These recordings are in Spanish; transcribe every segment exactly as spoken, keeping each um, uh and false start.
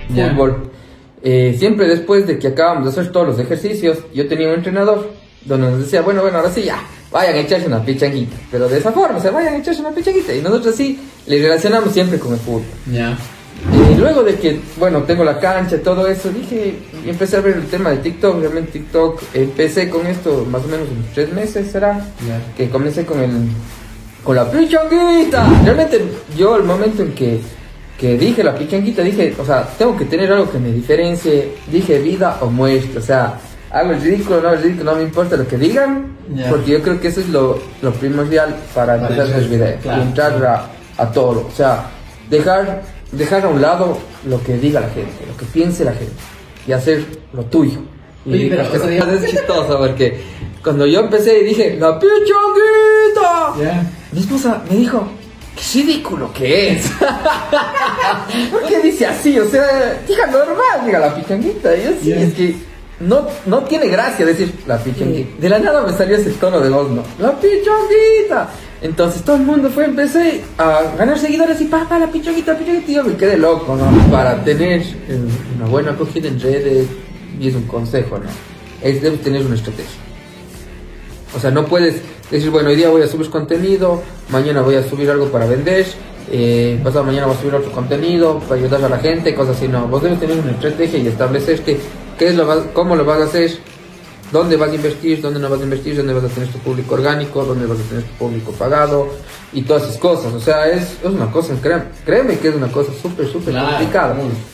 yeah. fútbol. Eh, siempre después de que acabamos de hacer todos los ejercicios, yo tenía un entrenador donde nos decía, bueno, bueno, ahora sí ya, vayan a echarse una pichanguita. Pero de esa forma, o sea, vayan a echarse una pichanguita. Y nosotros sí le relacionamos siempre con el fútbol. Ya. Y luego de que, bueno, tengo la cancha y todo eso, dije, y empecé a ver el tema de TikTok. Realmente TikTok, empecé con esto más o menos unos tres meses, ¿será? Ya. Que comencé con el, con la pichanguita. Realmente yo al momento en que, que dije la pichanguita, dije, o sea, tengo que tener algo que me diferencie. Dije vida o muerte, o sea, hago el ridículo, no el ridículo, no me importa lo que digan, Yeah. porque yo creo que eso es lo, lo primordial para, Para empezar a hacer eso, videos, claro. y entrar a, a todo, o sea, dejar, dejar a un lado lo que diga la gente, lo que piense la gente, y hacer lo tuyo. Y Oye, pero, las cosas o sea, es chistoso, porque cuando yo empecé y dije, ¡la pichanguita! Ya. Mi esposa me dijo, ¡qué ridículo que es! ¿Por qué dice así? O sea, diga normal, diga la pichanguita. Y yo sí, Yeah. es que no, no tiene gracia decir la pichanguita. De la nada me salió ese tono de voz, ¿no? ¡La pichanguita! Entonces todo el mundo fue, empecé a ganar seguidores y papá, la pichanguita, la pichanguita. Y yo me quedé loco, ¿no? Para tener eh, una buena acogida en redes, y es un consejo, ¿no? Es, debes tener una estrategia. O sea, no puedes decir, bueno, hoy día voy a subir contenido, mañana voy a subir algo para vender, eh, pasado mañana voy a subir otro contenido para ayudar a la gente, cosas así. No, vos debes tener una estrategia y establecer que, qué es lo vas, cómo lo vas a hacer, dónde vas a invertir, dónde no vas a invertir, dónde vas a tener tu público orgánico, dónde vas a tener tu público pagado y todas esas cosas. O sea, es, es una cosa, créeme, créeme que es una cosa súper, súper Claro. complicada.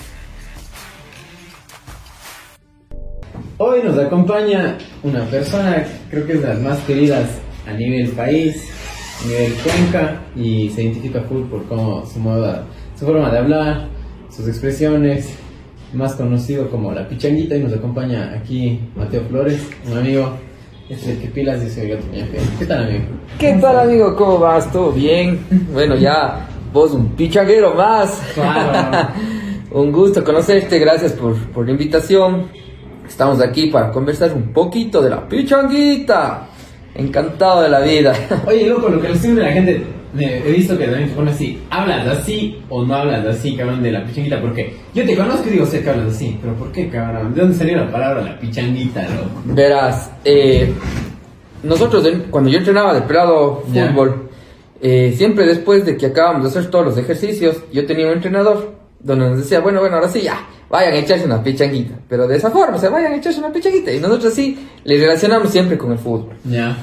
Hoy nos acompaña una persona, creo que es de las más queridas a nivel país, a nivel Cuenca, y se identifica full por cómo su moda, su forma de hablar, sus expresiones, más conocido como la pichanguita, y nos acompaña aquí Mateo Flores, un amigo. Este es el que pilas y soy yo también. ¿Qué tal, amigo? ¿Qué tal, amigo? ¿Cómo vas? ¿Todo bien? Bueno, ya vos un pichanguero más. Claro. Un gusto conocerte, gracias por, por la invitación. Estamos aquí para conversar un poquito de la pichanguita. Encantado de la vida. Oye, loco, lo que le siempre la gente, me, he visto que también te pone así, ¿hablas así o no hablas así, cabrón, de la pichanguita? Porque yo te conozco y digo, sé que hablas así, pero ¿por qué, cabrón? ¿De dónde salió la palabra la pichanguita, loco? Verás, eh, nosotros en- cuando yo entrenaba de pelado Ya. fútbol, eh, siempre después de que acabamos de hacer todos los ejercicios, yo tenía un entrenador donde nos decía, bueno, bueno, ahora sí ya, vayan a echarse una pichanguita. Pero de esa forma, o sea, vayan a echarse una pichanguita. Y nosotros sí le relacionamos siempre con el fútbol. Ya.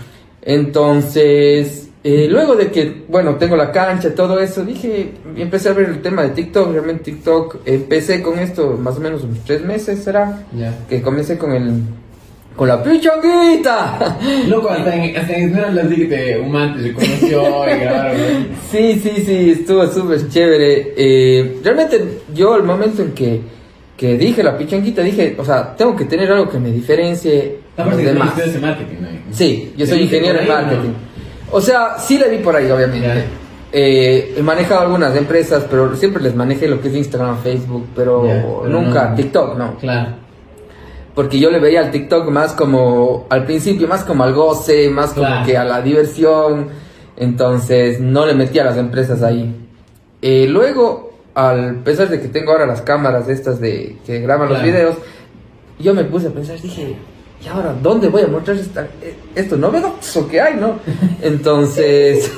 Entonces, eh, luego de que, bueno, tengo la cancha y todo eso, dije, y empecé a ver el tema de TikTok. Realmente TikTok, empecé con esto más o menos unos tres meses, ¿será? Ya. Que comencé con el, con la pichanguita. Loco, hasta en, hasta en Esmeralda así que te, un man te reconoció y grabaron, ¿no? Sí, sí, sí, estuvo súper chévere. Eh, realmente yo al momento en que, que dije la pichanguita, dije, o sea, tengo que tener algo que me diferencie de Aparte los que tú demás. estudias en marketing, ¿no? Sí, yo ¿Le soy viste ingeniero por en ahí, marketing. no? O sea, sí le vi por ahí, obviamente. Ya. Eh, he manejado algunas empresas, pero siempre les manejé lo que es Instagram, Facebook, pero, Ya, pero nunca no. TikTok, no. Claro. Porque yo le veía al TikTok más como, al principio, más como al goce, más como Claro. que a la diversión. Entonces, no le metía a las empresas ahí. Eh, luego, al pesar de que tengo ahora las cámaras estas de que graban Claro. los videos, yo me puse a pensar, dije, ¿y ahora dónde voy a mostrar esta, esto novedoso que hay, no? Entonces,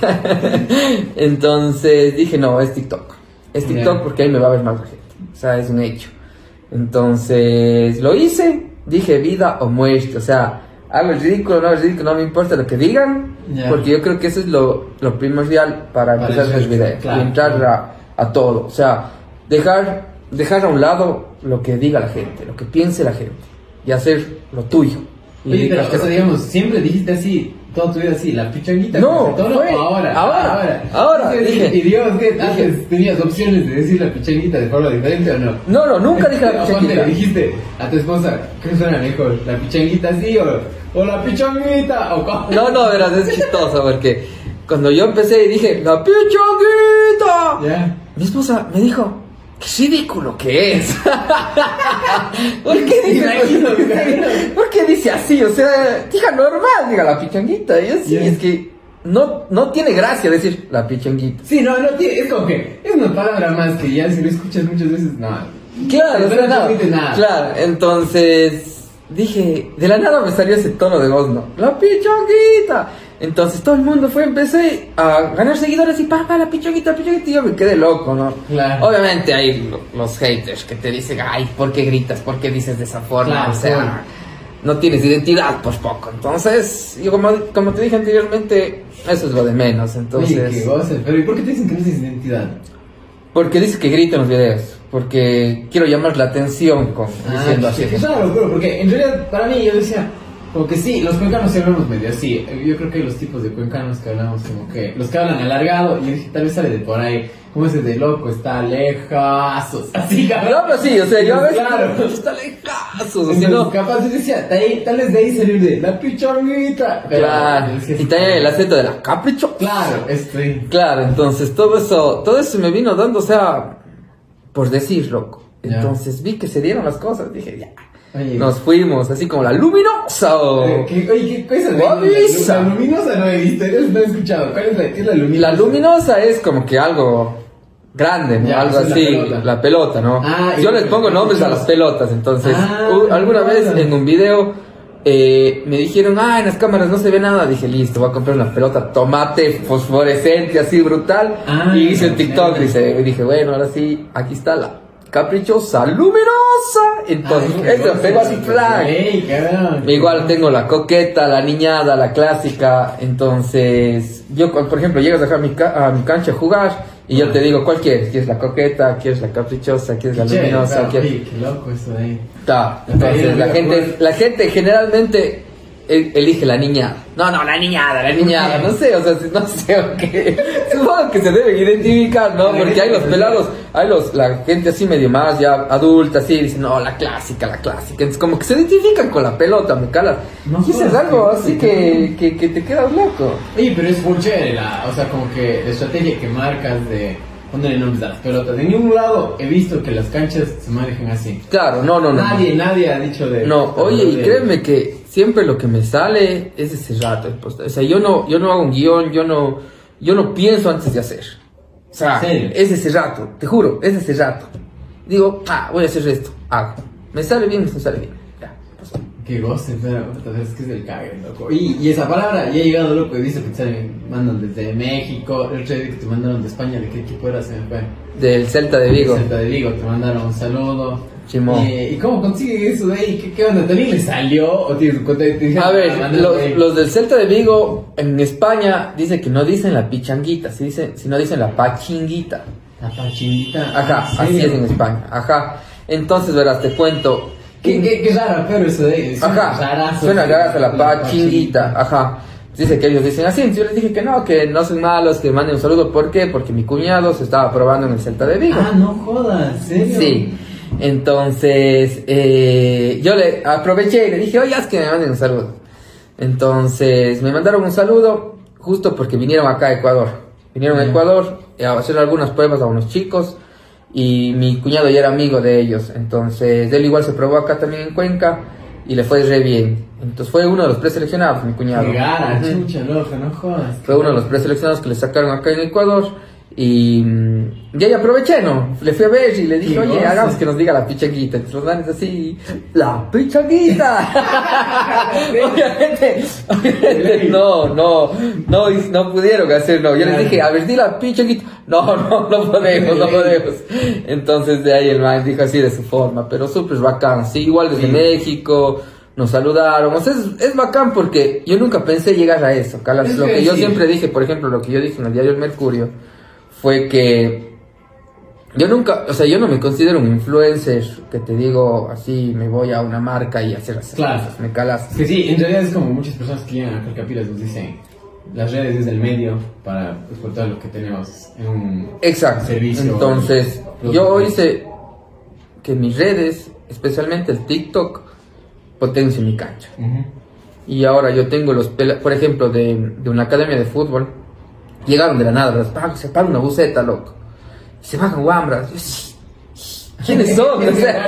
entonces dije, no, es TikTok. Es TikTok Ya. porque ahí me va a ver más la gente. O sea, es un hecho. Entonces, lo hice, dije vida o muerte. O sea, hago el ridículo, no el ridículo, no me importa lo que digan, Ya. porque yo creo que eso es lo, lo primordial para Para empezar a eso, hacer videos, claro. y entrar a, a todo. O sea, dejar, dejar a un lado lo que diga la gente, lo que piense la gente, y hacer lo tuyo. Y Oye, pero, o hacer sea, lo digamos, siempre dijiste así, toda tu vida así, la pichanguita. No, todo fue ahora, ahora, ahora, Entonces, dije. y Dios, ¿qué? Antes tenías opciones de decir la pichanguita de forma diferente o no. No, no, nunca dije la ¿O cuando pichanguita. le dijiste a tu esposa, ¿qué suena mejor? ¿La pichanguita así o, o la pichanguita? ¿O cómo? No, no, verás, es chistoso porque cuando yo empecé y dije, ¡la pichanguita! Ya. Mi esposa me dijo, ¡qué ridículo que es! ¿Por qué dice, Imagino, imagino. ¿por qué dice así? O sea, diga normal, diga la pichanguita. Y yo sí, Ya. es que no, no tiene gracia decir la pichanguita. Sí, no, no tiene, es como que es una palabra más que ya si lo escuchas muchas veces, no, Claro, Pero o sea, no no, transmite nada. claro, entonces dije, de la nada me salió ese tono de voz, ¿no? La pichonguita. Entonces todo el mundo fue, empecé a ganar seguidores y papá, la pichonguita, la pichonguita, y yo me quedé loco, ¿no? Claro. Obviamente hay lo- los haters que te dicen, ay, ¿por qué gritas? ¿Por qué dices de esa forma? Claro, o sea, claro. no tienes identidad, pues poco. Entonces, yo como, como te dije anteriormente, eso es lo de menos. Entonces, Oye, qué goce. Pero ¿y por qué te dicen que no tienes identidad? porque dice que grito en los videos, porque quiero llamar la atención con diciendo así. Es una locura, porque en realidad para mí yo decía, como que sí, los cuencanos sí hablamos medio así. Yo creo que los tipos de cuencanos que hablamos, como que los que hablan alargado, y yo dije, tal vez sale de por ahí. Como ese de loco, está lejazos, así cabrón. No, pero sí, o sea, yo a veces Claro. está lejazos, o sea, Entonces, no. capaz yo decía, de ahí, tal vez de ahí salir de la pichonguita. Pero, Claro, es que y sí. también el acento de la capricho. Claro, estoy. Claro, entonces todo eso, todo eso me vino dando, o sea, por decir, loco. Ya. Entonces vi que se dieron las cosas, dije, ya. Oye, Nos fuimos, así como la luminosa. o- eh, ¿qué, oye, ¿qué cosa es Guavisa. la, la luminosa? No he visto, no he escuchado. ¿Cuál es la, qué es la luminosa? La luminosa es como que algo grande, ¿no? Ya, Algo esa es la así, pelota. la pelota, ¿no? Ah, Yo y- les pongo nombres a las pelotas, entonces, Ah, u- alguna claro. vez en un video eh, me dijeron, ah, en las cámaras no se ve nada, dije, listo, voy a comprar una pelota tomate fosforescente así brutal, Ah, y hice un TikTok, ya. dice, y dije, bueno, ahora sí, aquí está la caprichosa luminosa, entonces, Ay, eso, pego así flag. Ey, cabrón. Igual tengo la coqueta, la niñada, la clásica. Entonces, yo, cu- por ejemplo, llegas acá a mi, ca- a mi cancha a jugar y yo te digo, ¿cuál quieres? ¿Quieres la coqueta? ¿Quieres la caprichosa? ¿Quieres la Qué chévere, luminosa? claro. ¿Quieres...? Oye, qué loco eso de ahí. Ta. Entonces, la gente, la gente generalmente e- elige la niña. No, no, la niñada, la niñada. No sé, o sea, si- no sé, o qué. Supongo que se deben identificar, ¿no? Porque hay los pelados, hay los, la gente así medio más ya adulta, así, dicen, no, la clásica, la clásica. Entonces, como que se identifican con la pelota, me calas. No y eso es jodas, algo qué así cosa, que, que, que te quedas loco. Oye, pero es muy chévere la, o sea, como que la estrategia que marcas de ponerle nombres a las pelotas. De ningún lado he visto que las canchas se manejen así. Claro, no, no, no. Nadie, nadie ha dicho de... No, oye, y de- créeme que siempre lo que me sale es ese rato. pues, O sea, yo no, yo no hago un guión, yo no, yo no pienso antes de hacer. O sea, ¿En serio? es ese rato, te juro, es ese rato. Digo, ah, voy a hacer esto, hago. Me sale bien, me sale bien. Ya, pasó. Qué goce, pero es que es del cague, loco. Y, y esa palabra, ya he llegado loco y dice que te mandan desde México, el otro día que te mandaron de España, ¿de qué equipo era? Se me fue. Del Celta de Vigo. Celta de Vigo, te mandaron un saludo. Simón. Eh, ¿Y cómo consigue eso de ahí? ¿Qué, qué onda? ¿También le salió? ¿O te, te, te dijeron, A "Ah, ver, mándalo los, ahí"? los del Celta de Vigo en España dice que no dicen la pichanguita, si dicen, sino dicen la pachinguita. La pachinguita. Ajá, ¿En así serio? es en España. Ajá. Entonces, verás, te cuento. Qué, qué, qué raro, pero eso de ahí. Suena Ajá, rarazo, suena sí, rarazo la la pachinguita, ajá. Dice que ellos dicen así, entonces yo les dije que no, que no son malos, que manden un saludo. ¿Por qué? Porque mi cuñado se estaba probando en el Celta de Vigo. Ah, no jodas, ¿en serio? Sí. Entonces, eh, yo le aproveché y le dije, oye, haz que me manden un saludo. Entonces, me mandaron un saludo justo porque vinieron acá a Ecuador. Vinieron a Ya. Ecuador a hacer algunas pruebas a unos chicos y mi cuñado ya era amigo de ellos. Entonces, él igual se probó acá también en Cuenca y le fue re bien. Entonces, fue uno de los preseleccionados, mi cuñado. Qué gara, Ujú. chucha, loco, no jodas. Fue uno de los preseleccionados que le sacaron acá en Ecuador. Y, mm, y ahí aproveché, ¿no? Le fui a ver y le dije, Qué oye, goce. hagamos que nos diga la pichanguita. Entonces los manes así, la pichanguita. obviamente, obviamente no, no, no, no pudieron hacerlo. Yo les dije, a ver, di la pichanguita. No, no, no podemos, no podemos. Entonces de ahí el man dijo así de su forma, pero súper bacán. Sí, igual desde Sí. México. Nos saludaron, o sea, es, es bacán porque yo nunca pensé llegar a eso, Calas. Es Lo que que yo sí. siempre dije, por ejemplo, lo que yo dije en el diario El Mercurio, fue que yo nunca, o sea, yo no me considero un influencer que te digo así, me voy a una marca y hacer esas Claro. cosas, me calas. Es que sí, en realidad es como muchas personas que llegan a Calcapilas nos dicen, las redes es el medio para exportar lo que tenemos en un Exacto. servicio. Entonces, producto. yo hice que mis redes, especialmente el TikTok, potencie mi cancha. Ujú. Y ahora yo tengo los pela- por ejemplo, de, de una academia de fútbol. Llegaron de la nada, ¿verdad? Pa- se para una buceta, loco. Y se bajan guambras. Yo, sí, ¿quiénes son? O sea,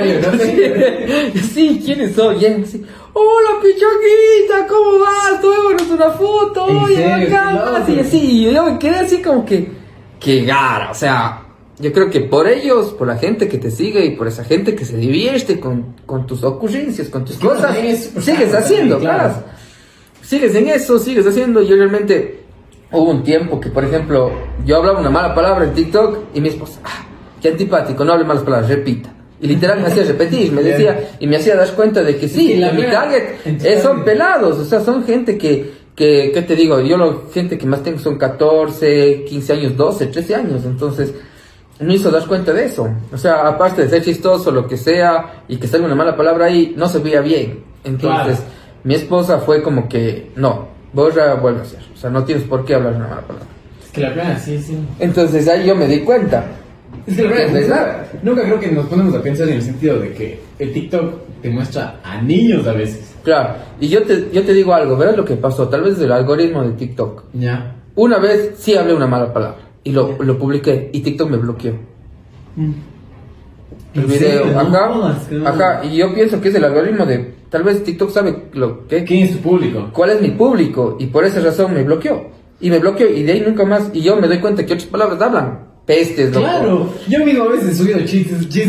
sí, sí, ¿quiénes son? Y él así, hola, pichoquita, ¿cómo vas? Tomémonos una foto. ¿En Oye, serio? bacán, Qué loco. así, así. Y yo me quedé así como que, que gara, o sea, yo creo que por ellos, por la gente que te sigue y por esa gente que se divierte con, con tus ocurrencias, con tus cosas, sigues haciendo, claro. Sigues en eso, sigues haciendo. Yo realmente, hubo un tiempo que, por ejemplo, yo hablaba una mala palabra en TikTok y mi esposa, ah, qué antipático, no hable malas palabras, repita. Y literal me hacía repetir, me decía, y me hacía dar cuenta de que sí, que mi target eh, son pelados, o sea, son gente que, que, ¿qué te digo? Yo la gente que más tengo son catorce, quince años, doce, trece años, entonces me hizo dar cuenta de eso. O sea, aparte de ser chistoso, lo que sea, y que salga una mala palabra ahí, no se veía bien. Entonces, claro. Mi esposa fue como que, no, borra, vuelve a hacer. O sea, no tienes por qué hablar una mala palabra. Es que la verdad, sí, sí. Entonces ahí yo me di cuenta. Es que la verdad, es verdad. Nunca creo que nos ponemos a pensar en el sentido de que el TikTok te muestra a niños a veces. Claro, y yo te, yo te digo algo, verás lo que pasó, tal vez del algoritmo de TikTok. Ya. Una vez sí hablé una mala palabra y lo, lo publiqué y TikTok me bloqueó. Mm. El video, serio? acá, No, no. acá, y yo pienso que es el algoritmo de, tal vez TikTok sabe lo que... ¿Quién es tu público? ¿Cuál es mi público? Y por esa razón me bloqueó. Y me bloqueó y de ahí nunca más, y yo me doy cuenta que otras palabras hablan. Pestes, loco. Claro, yo mismo a veces he subido chistes, chistes.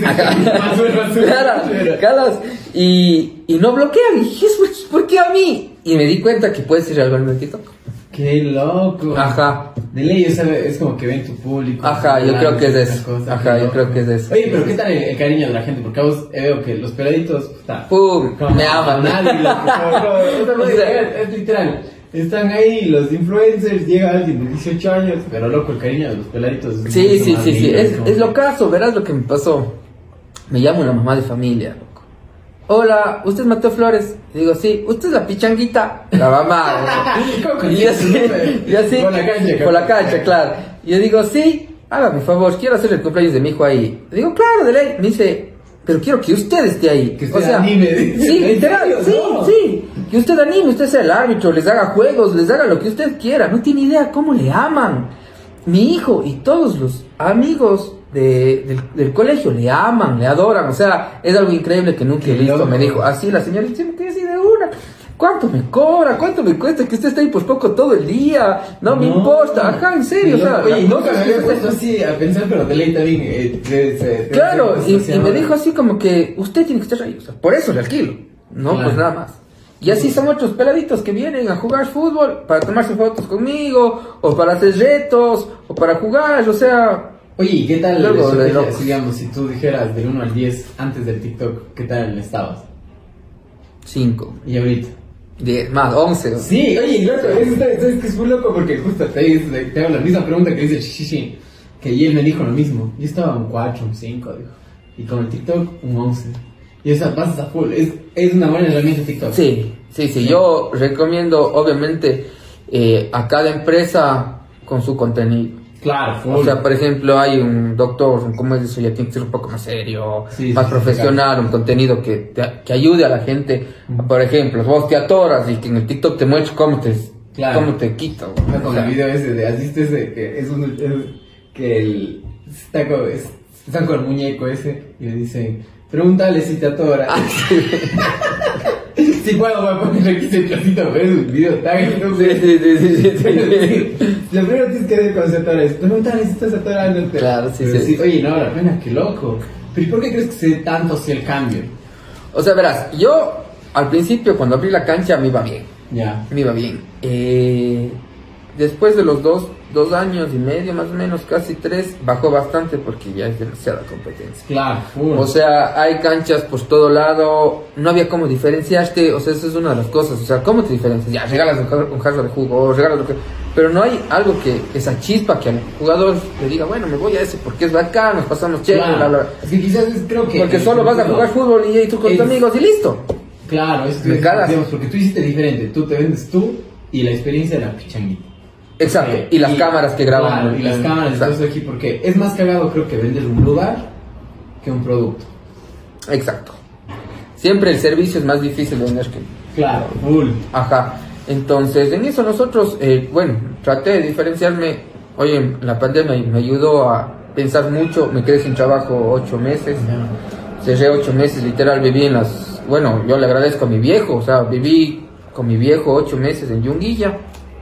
Claro, calas, y, y no bloquean. Y dije, ¿por qué a mí? Y me di cuenta que puede ser algo en el TikTok. Qué loco. Ajá. De ley, o sea, es como que ven tu público. Ajá, yo creo que es eso. Ajá, yo creo que es eso. Oye, pero ¿qué tal el, el cariño de la gente? Porque a vos veo que los peladitos, puta, pum, me aman. Nadie, loco. Es literal. Están ahí los influencers, llega alguien de dieciocho años, pero loco, el cariño de los peladitos. Es sí, sí, sí, sí, es, es lo caso, verás lo que me pasó. Me llama una mamá de familia, loco. Hola, ¿usted es Mateo Flores? Y digo, sí, ¿usted es la pichanguita? La mamá. ¿Cómo y así, y así, por la cancha, por la cancha, claro. Y yo digo, sí, hágame favor, quiero hacer el cumpleaños de mi hijo ahí. Le digo, claro, de ley. Me dice, pero quiero que usted esté ahí. Que usted o sea, anime. Sí, literal, sí, no. sí. Que usted anime, usted sea el árbitro, les haga juegos, les haga lo que usted quiera. No tiene idea cómo le aman. Mi hijo y todos los amigos de, del, del colegio le aman, le adoran. O sea, es algo increíble que nunca he visto. Me dijo, así la señora dice, ¿qué así de una? ¿Cuánto me cobra? ¿Cuánto me cuesta que usted esté ahí por poco todo el día? No, no me importa. Ajá, en serio. Sí, o sea, oye, nunca me había puesto así a pensar, pero de ley también. Eh, de, de, de, claro, y, y me dijo así como que usted tiene que estar ahí. O sea, por eso le alquilo. No, claro. Pues nada más. Y así son otros peladitos que vienen a jugar fútbol para tomarse fotos conmigo, o para hacer retos, o para jugar, o sea... Oye, ¿y qué tal, luego, eso, de que, si, digamos, si tú dijeras del uno al diez antes del TikTok, ¿qué tal estabas? cinco. ¿Y ahorita? diez, más, once. ¿No? Sí, oye, loco, es, es, es que es muy loco porque justo te, te hago la misma pregunta que dice Chichichi, que y él me dijo lo mismo. Yo estaba un cuatro, un cinco, dijo. Y con el TikTok, un once. Y esa pasas a full, es, es una buena herramienta TikTok. Sí, sí, sí, yo recomiendo obviamente eh, a cada empresa con su contenido. Claro, full. O sea, por ejemplo, hay un doctor, ¿cómo es eso? Ya tiene que ser un poco más serio, sí, más sí, profesional, sí, un contenido que, te, que ayude a la gente. Uh-huh. Por ejemplo, vos te atoras y que en el TikTok te muestre cómo te, claro. cómo te quita. No, con o sea, el video ese de, ¿asiste ese? Que es un, es, que el, está con, es, están con el muñeco ese y le dicen, pregúntale si te atora. Ah, sí. Si puedo voy a ponerle aquí ese trocito, pero es un video tan estúpido. Sí, sí, sí, sí, sí, sí. Lo primero que tienes que ver cuando se atora es pregúntale si estás atorándote. Claro, sí, pero sí. sí. Oye, no, la pena, qué loco. Pero ¿y por qué crees que se dé tanto así el cambio? O sea, verás, yo al principio cuando abrí la cancha me iba bien. Ya. Yeah. Me iba bien. Eh, después de los dos, dos años y medio más o menos, casi tres, bajó bastante porque ya es demasiada competencia. Claro, full. O sea, hay canchas por todo lado, no había cómo diferenciarte, o sea, esa es una de las cosas, o sea, ¿cómo te diferencias? Ya, regalas un, un jarro de jugo, o regalas lo que... Pero no hay algo que, esa chispa que al jugador le diga, bueno, me voy a ese porque es bacán, nos pasamos chévere, claro. bla, bla, bla. Es que quizás creo que... Porque solo vas a jugar fútbol y, y tú con es... tus amigos y listo. Claro, es que... Digamos, porque tú hiciste diferente, tú te vendes tú y la experiencia de la pichanguita. Exacto, okay. y las y, cámaras que graban. Claro, y las cámaras, entonces aquí, porque es más cagado creo que vender un lugar que un producto. Exacto. Siempre el servicio es más difícil de vender que... Claro, full. Ajá. Entonces, en eso nosotros, eh, bueno, traté de diferenciarme. Oye, la pandemia me ayudó a pensar mucho, me quedé sin trabajo ocho meses. Yeah. Cerré ocho meses, literal, viví en las... Bueno, yo le agradezco a mi viejo, o sea, viví con mi viejo ocho meses en Yunguilla.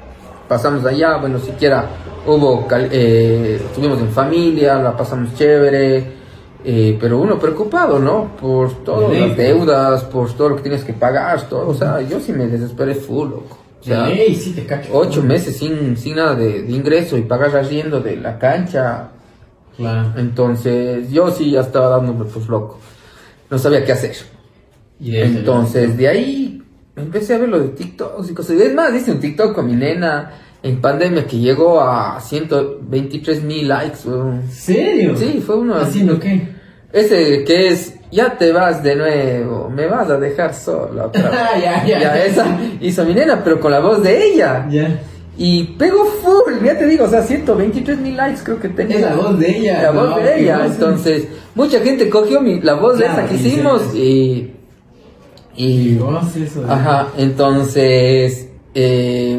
pasamos allá, bueno, siquiera hubo, eh, estuvimos en familia, la pasamos chévere, eh, pero uno preocupado, ¿no? Por todas Sí. las deudas, por todo lo que tienes que pagar, todo, o sea, yo sí me desesperé full, loco. O sea, Ey, sí te cacho. ocho meses sin, sin nada de, de ingreso y pagar arriendo de la cancha. Claro. Entonces, yo sí ya estaba dándome pues loco. No sabía qué hacer. Y de ahí Entonces, de ahí empecé a ver lo de TikTok y cosas. Es más, hice un TikTok con mi nena en pandemia que llegó a ciento veintitrés mil likes. weón. ¿En serio? Sí, fue uno. ¿Haciendo qué? Ese que es, ya te vas de nuevo, me vas a dejar sola otra vez. ya, ya. Ya, esa hizo mi nena, pero con la voz de ella. Ya. Y pegó full, ya te digo, o sea, ciento veintitrés mil likes creo que tenía. Es la voz de ella. La voz no, de qué ella, cosa. entonces, mucha gente cogió mi, la voz Claro, de esa que y hicimos se- y... Y... ¿Qué voz eso? de- Ajá, entonces... Eh,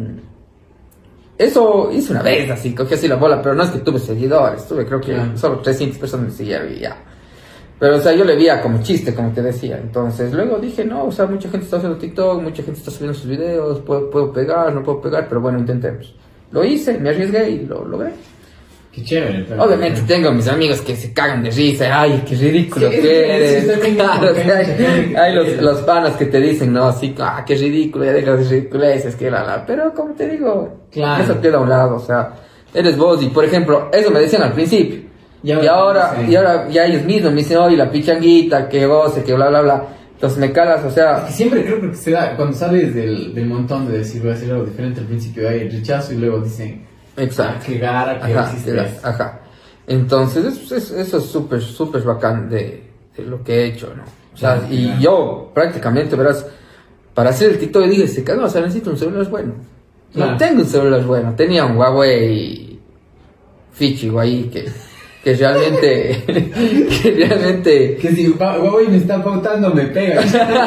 eso hice una vez así, cogí así la bola, pero no es que tuve seguidores, tuve creo que Claro. solo trescientas personas me siguieron y ya. Pero, o sea, yo le veía como chiste, como te decía. Entonces, luego dije, no, o sea, mucha gente está haciendo TikTok, mucha gente está subiendo sus videos, puedo, puedo pegar, no puedo pegar, pero bueno, intentemos. Lo hice, me arriesgué y lo logré. Qué chévere. pero- Obviamente tengo mis amigos que se cagan de risa, ay, qué ridículo Sí, que sí, eres. sí, también Claro, como o sea, que hay, mucha gente hay los, que- los panas que te dicen, no, así, ah, qué ridículo, ya dejas de ridiculeces, que la, la. Pero como te digo, Claro. eso queda a un lado, o sea, eres vos. Y por ejemplo, eso me decían al principio. Y Y ahora- ahora, sí. y ahora ya ellos mismos me dicen, oye, la pichanguita, que goce, que bla, bla, bla. Entonces me calas, o sea, Que siempre creo que se da, cuando sales del, del montón de decir voy a hacer algo diferente, al principio hay el rechazo y luego dicen, exacto. ah, qué gara, que Ajá, hiciste te da- eso. ajá. Entonces, eso, es- eso es súper, súper bacán de, de lo que he hecho, ¿no? O sea, Claro, y claro. yo prácticamente, verás, para hacer el TikTok dije, se cagó, o sea, necesito un celular bueno. Claro. No tengo un celular bueno, tenía un Huawei Fichi ahí que, que realmente, que realmente, Que si Pa- Huawei me está pautando, me pega.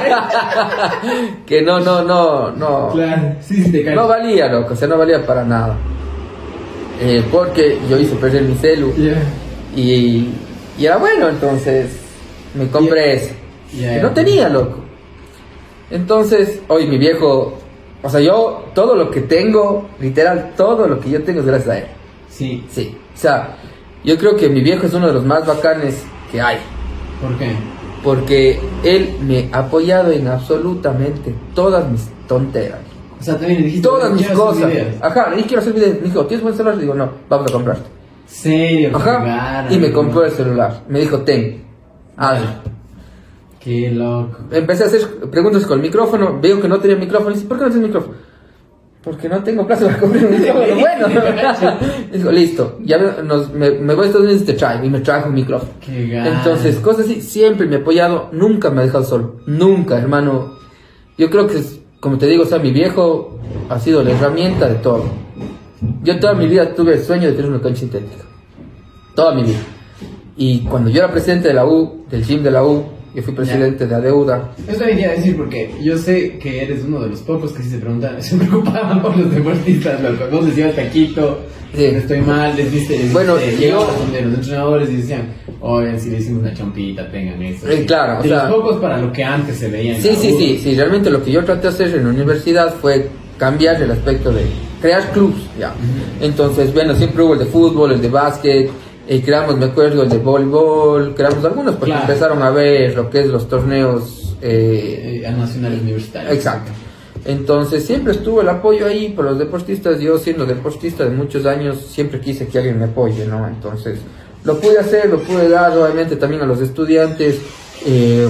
que no, no, no, no. Claro, sí, sí, te cae. No valía, loco, o sea, no valía para nada. Eh, porque yo hice perder mi celu. Ya. Y, y era bueno, entonces me compré Y- ese. ya, Y no ya. tenía, loco. Entonces, hoy mi viejo, o sea, yo todo lo que tengo, literal, todo lo que yo tengo es gracias a él. Sí, Sí, o sea, yo creo que mi viejo es uno de los más bacanes que hay. ¿por qué? Porque él me ha apoyado en absolutamente todas mis tonteras. O sea, también le dijiste, Todas mis "Quiero hacer cosas. videos". Ajá, le dije quiero hacer videos. Me dijo, ¿tienes buen celular? Le digo, no, vamos a comprarte. Serio, qué Ajá. gara, Y me ¿no? compró el celular. Me dijo, ten, hazlo. Qué loco. Empecé a hacer preguntas con el micrófono. Veo que no tenía micrófono. Y dice, ¿por qué no tienes micrófono? Porque no tengo plata para comprar un micrófono. Bueno, dijo, listo. Ya me, nos, me, me voy a Estados Unidos y te traigo. Y me trajo un micrófono. Qué gara. Entonces, cosas así. Siempre me ha apoyado. Nunca me ha dejado solo. Nunca, hermano. Yo creo que, es, como te digo, o sea, mi viejo ha sido la herramienta de todo. Yo toda mi vida tuve el sueño de tener una cancha sintética. Toda mi vida. Y cuando yo era presidente de la U, del gym de la U, yo fui presidente de Adeuda. Eso también quería decir porque yo sé que eres uno de los pocos que sí se preguntan, se preocupaban por los deportistas, loco. Vos les ibas taquito, Sí. no estoy mal, les viste, les Bueno, viste, yo- llegabas donde los entrenadores y decían, oigan, si le hicimos una chompita, tengan eso. Eh, claro, o de sea- los pocos para lo que antes se veía en Sí, la sí, U. sí, sí. Realmente lo que yo traté de hacer en la universidad fue cambiar el aspecto de crear clubs, ya. Entonces, bueno, siempre hubo el de fútbol, el de básquet, eh, creamos, me acuerdo, el de voleibol, creamos algunos porque Claro. empezaron a ver lo que es los torneos. Eh, Eh, a nacionales universitarios. Exacto. Entonces siempre estuvo el apoyo ahí por los deportistas. Yo siendo deportista de muchos años siempre quise que alguien me apoye, ¿no? Entonces lo pude hacer, lo pude dar obviamente también a los estudiantes eh,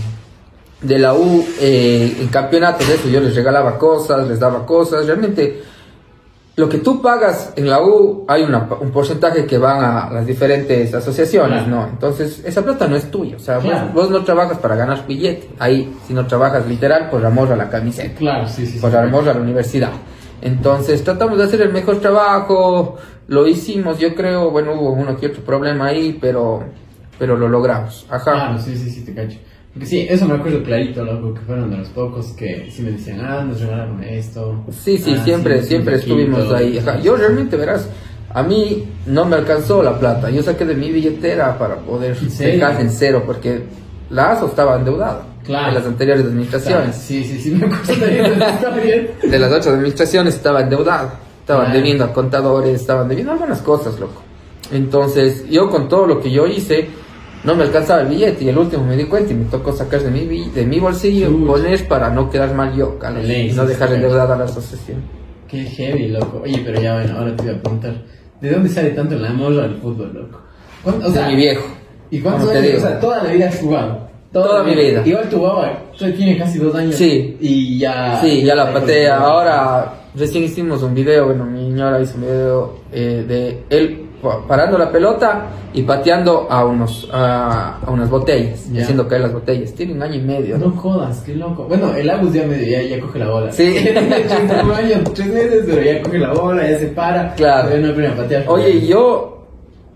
de la U eh, en campeonatos de eso. Yo les regalaba cosas, les daba cosas. Realmente lo que tú pagas en la U hay una, un porcentaje que van a las diferentes asociaciones, Claro. ¿no? Entonces esa plata no es tuya. O sea, vos- Claro. vos, no trabajas para ganar billete. Ahí si no trabajas literal, por amor a la camiseta. Claro, sí, sí. sí. Por amor a la universidad. Entonces tratamos de hacer el mejor trabajo, lo hicimos, yo creo, bueno, hubo uno que otro problema ahí, pero pero lo logramos. Ajá. Claro, sí, sí, sí, te cacho. Porque sí, eso me acuerdo clarito, loco, que fueron de los pocos que sí me decían, ah, nos regalaron esto. Sí, sí, Ah, siempre, sí, siempre taquito. estuvimos ahí. Ajá. Yo realmente, verás, a mí no me alcanzó la plata. Yo saqué de mi billetera para poder ¿En serio? dejar en cero, porque la ASO estaba endeudada. Claro. de las anteriores administraciones. Sí, sí, sí, me acuerdo de esa historia. De las otras administraciones estaba endeudado, estaban Claro. debiendo a contadores, estaban debiendo algunas cosas, loco. Entonces, yo con todo lo que yo hice, no me alcanzaba el billete y el último me di cuenta y me tocó sacar de mi, bi- de mi bolsillo, Chuch. poner para no quedar mal yo, Carlos, De ley, y no sí, dejar sí, endeudada a la asociación. Qué heavy, loco. Oye, pero ya bueno, ahora te voy a preguntar, ¿de dónde sale tanto la morra al fútbol, loco? ¿Cuánto- o sea, de mi viejo. ¿Y cuántos Como te años? digo. O sea, toda la vida has jugado. Toda mi vida. Igual tu baba, tú tiene casi dos años. Sí. Y ya... Sí, ya la patea. Ahora, recién hicimos un video, bueno, mi señora hizo un video eh, de él pa- parando la pelota y pateando a unos a, a unas botellas, Ya. haciendo caer las botellas. Tiene un año y medio. No jodas, qué loco. Bueno, el Agus ya, medio, ya, ya coge la bola. Sí. Tiene treinta y uno años, tres meses, pero ya coge la bola, ya se para. Claro. Todavía no aprende a patear. Oye, yo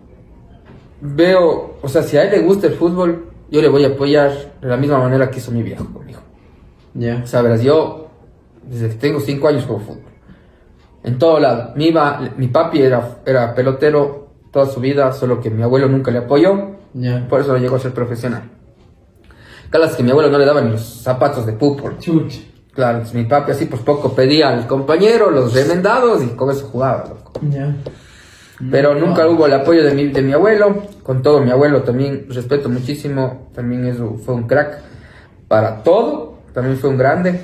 veo, o sea, si a él le gusta el fútbol, yo le voy a apoyar de la misma manera que hizo mi viejo conmigo. Ya. O sea, verás, yo desde que tengo cinco años juego fútbol. En todo lado. Mi, iba- mi papi era, era pelotero toda su vida, solo que mi abuelo nunca le apoyó, Ya. por eso no llegó a ser profesional. Calas que mi abuelo no le daba ni los zapatos de fútbol. Chuch. Claro, entonces mi papi así pues poco pedía al compañero los remendados y con eso jugaba, loco. Ya. Pero No, nunca no. hubo el apoyo de mi, de mi abuelo. Con todo, mi abuelo también respeto muchísimo. También es, un- fue un crack para todo. También fue un grande.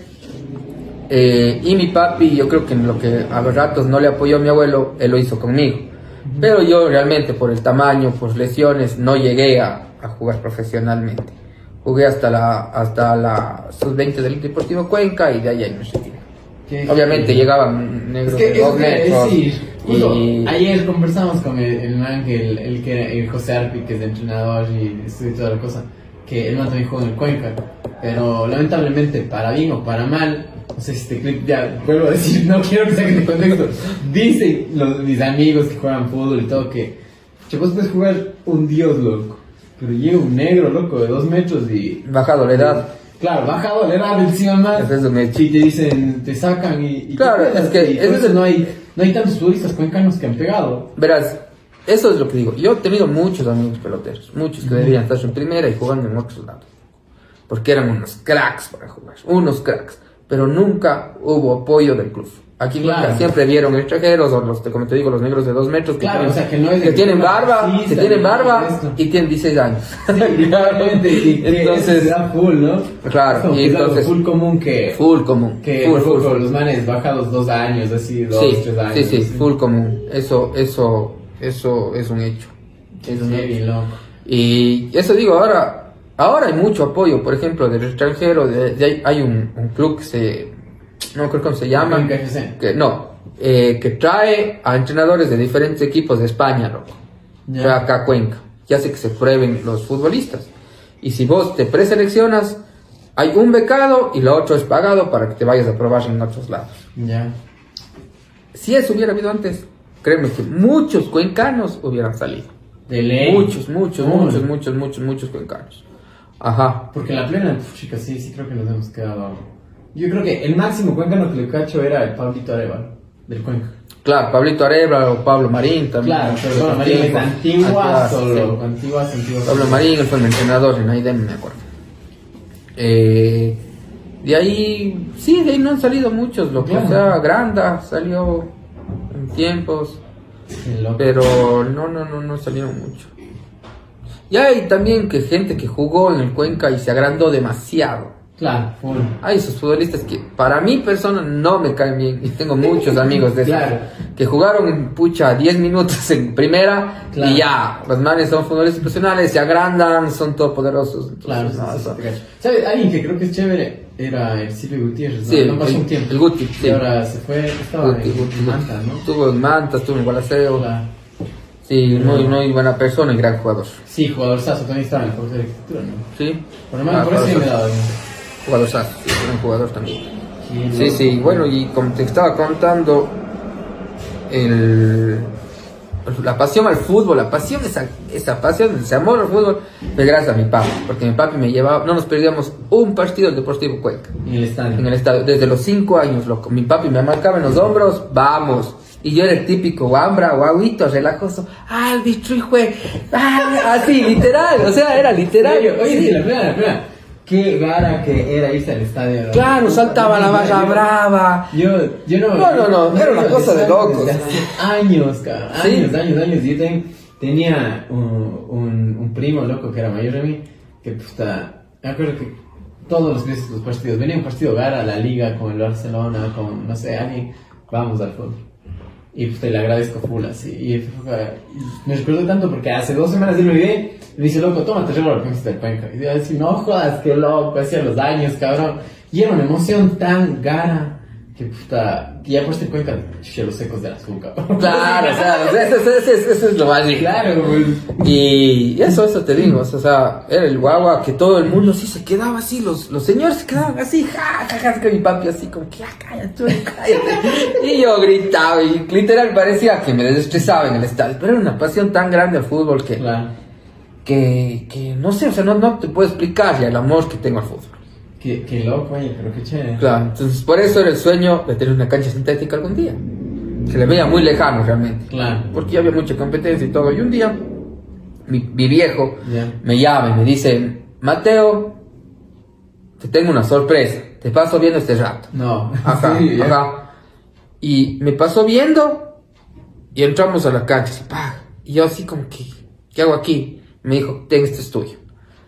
Eh, y mi papi, yo creo que en lo que a los ratos no le apoyó a mi abuelo, él lo hizo conmigo. Pero yo realmente por el tamaño, por lesiones, no llegué a, a jugar profesionalmente. Jugué hasta la hasta la sub veinte del Deportivo Cuenca y de ahí me retiré. Qué- Obviamente llegaban Es negros que de eso dos te iba a metros. decir. Justo, y- ayer conversamos con el, el man que el, el que el José Arpi, que es entrenador y estudia toda la cosa, que el man también juega en el Cuenca, pero lamentablemente para bien o para mal, no sé si este clip ya vuelvo a decir, no quiero que saquen de contexto, dicen los, mis amigos que juegan fútbol y todo que che, vos puedes jugar un dios, loco, pero llega un negro, loco, de dos metros y Bajado la edad. claro, bajado, le da encima más. Ese es un hecho. Y te dicen, te sacan y. y Claro, te quedas, es que y por ese es eso el- no hay, no hay tantos futbolistas cuencanos que han pegado. Verás, eso es lo que digo. Yo he tenido muchos amigos peloteros, muchos que debían estar en primera y jugando en otros lados. Porque eran unos cracks para jugar, unos cracks. Pero nunca hubo apoyo del club. Aquí Claro. nunca, siempre vieron extranjeros, o los, como te digo, los negros de dos metros que, Claro, tienen, o sea, que no es de que tienen que barba, racista que tienen ni barba esto. y tienen dieciséis años. Literalmente, y que Entonces- se da full, ¿no? Claro, Es como y que es algo entonces- full común que. Full común. que, full, por full, ejemplo, full. los manes bajados dos años, así, dos, Sí, tres años. sí, sí, así. full común. Eso, eso, eso es un hecho. Es un Sí, hecho. bien loco. Y eso digo, ahora, ahora hay mucho apoyo, por ejemplo, del extranjero. De, de- hay, hay un, un club que se, no creo cómo se llama, Cuenca F C. que no, eh, que trae a entrenadores de diferentes equipos de España, loco. Ya. Trae acá a Cuenca, que hace que se prueben los futbolistas. Y si vos te preseleccionas, hay un becado y lo otro es pagado para que te vayas a probar en otros lados. Ya. Si eso hubiera habido antes, créeme que muchos cuencanos hubieran salido. De ley. Muchos, muchos, Full. muchos, muchos, muchos, muchos cuencanos. Ajá. Porque en la plena, uf, chicas, sí, sí creo que nos hemos quedado. Yo creo que el máximo cuencano que le cacho era el Pablito Arevalo, del Cuenca. Claro, Pablito Arevalo o Pablo Marín también. Claro, pero bueno, María es antigua, solo, antiguas, antiguas. Pablo Marín, él fue mi entrenador en Aiden, me acuerdo. Eh, de ahí, sí, de ahí no han salido muchos, lo que Claro. o sea, Granda salió en tiempos, Qué loco. pero no, no, no, no salieron mucho. Y hay también que gente que jugó en el Cuenca y se agrandó demasiado. Claro, full. Hay esos futbolistas que para mi persona no me caen bien y tengo muchos amigos de esos Claro. que jugaron pucha diez minutos en primera Claro. y ya, los manes son futbolistas profesionales, se agrandan, son todopoderosos. Entonces, Claro, sí, no, sí, eso- sí, te cacho. ¿Sabes? Alguien que creo que es chévere era el Silvio Gutiérrez, ¿no? Sí, no pasó el- un tiempo. el Guti, Y sí. ahora se fue, estaba Guti, en, Guti, en Guti. Manta, ¿no? Estuvo en Manta, estuvo en Gualaceo. Claro. Sí, muy, muy buena persona y gran jugador. Sí, jugador Sazo también estaba en el curso de arquitectura, ¿no? Sí. Por lo menos Ah, por eso sí me jugador- daba bien. Jugador Sasso, sí, gran jugador también. Sí, Sí, sí, bueno, y como te estaba contando, el, la pasión al fútbol, la pasión, esa, esa pasión, ese amor al fútbol, fue gracias a mi papi, porque mi papi me llevaba, no nos perdíamos un partido del Deportivo Cuenca, En el estadio. en el estadio, desde los cinco años, loco. Mi papi me marcaba en los hombros, vamos. Y yo era el típico guambra, guaguito, relajoso, árbitro, hijo de- ah, así, literal, o sea, era literal. Oye, oye, Sí. sí, la plena, la plena. qué gara que era irse al estadio. ¿No? Claro, saltaba la barra brava. Yo, yo no... No, no, no, era una cosa de locos. Desde hace años, cabrón. ¿Sí? Años, años, años. Yo ten- tenía un, un, un primo loco que era mayor de mí, que puta... Me acuerdo que todos los días los partidos, venía un partido gara, la liga con el Barcelona, con, no sé, alguien, vamos al fútbol. Y pues te le agradezco full así. Y, y me recuerdo tanto porque hace dos semanas yo me olvidé. Y me dice, loco, tómate regalo la camiseta del Cuenca. Y yo decía, no jodas, qué loco, hacía los daños, cabrón. Y era una emoción tan gara que puta, que ya por este Cuenca, chuché los secos de la azúcar. Claro, o sea, eso, eso, eso, eso, eso es lo más rico. Claro, güey. Y eso, eso te digo, o sea, era el guagua que todo el mundo sí se quedaba así, los, los señores se quedaban así, ja, ja, ja, que mi papi así como que, ya cállate, cállate. Y yo gritaba y literal parecía que me desestresaba en el estadio, pero era una pasión tan grande al fútbol que, Claro. que, que no sé, o sea, no, no te puedo explicar ya el amor que tengo al fútbol. Qué, qué loco, oye, pero qué chévere. Claro, entonces por eso era el sueño de tener una cancha sintética algún día. Se le veía muy lejano realmente. Claro. Porque ya había mucha competencia y todo. Y un día, mi, mi viejo Ya. me llama y me dice, Mateo, te tengo una sorpresa. Te paso viendo este rato. No. Ajá, Sí, ya. ajá. Y me pasó viendo y entramos a la cancha. Así, ¡pah! Y yo así como que, ¿qué hago aquí? Me dijo, ten, este es tuyo.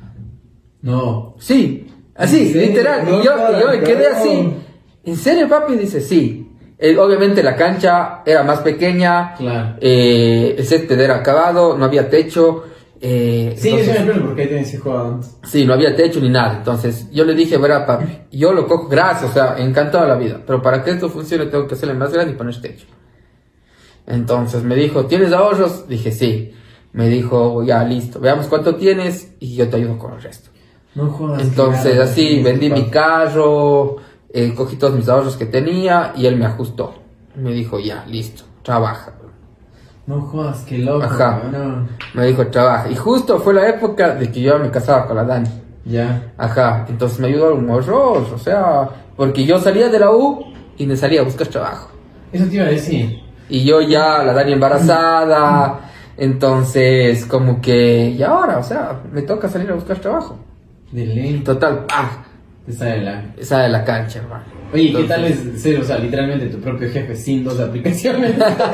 No. Sí, así, ¿En serio? literal. No, y yo, y yo me quedé cabrón. así. ¿En serio, papi? Dice, sí. Eh, obviamente la cancha era más pequeña. Claro. Eh, el césped era acabado, no había techo. Eh, Sí, entonces- eso me acuerdo porque ahí también se jugaba antes. Sí, no había techo ni nada. Entonces yo le dije, verá, papi, yo lo cojo, gracias, o sea, encantado de la vida. Pero para que esto funcione tengo que hacerle más grande y poner techo. Entonces me dijo, ¿tienes ahorros? Dije, sí. Me dijo, ya, listo, veamos cuánto tienes y yo te ayudo con el resto. No jodas. Entonces claro, así sí, vendí sí, mi pa- carro, eh, cogí todos mis ahorros que tenía y él me ajustó. Me dijo, ya, listo, trabaja. No jodas, qué loco. Ajá. No. Me dijo, trabaja. Y justo fue la época de que yo me casaba con la Dani. Ya. Ajá, entonces me ayudó un horror, o sea, porque yo salía de la U y me salía a buscar trabajo. Eso te iba a decir. Y yo ya, la Dani embarazada, entonces como que, y ahora, o sea, me toca salir a buscar trabajo. De ley. Total, ¡pah! Te sale la. Esa de la cancha, hermano. Oye, ¿qué Entonces- tal es ser, o sea, literalmente tu propio jefe sin dos aplicaciones?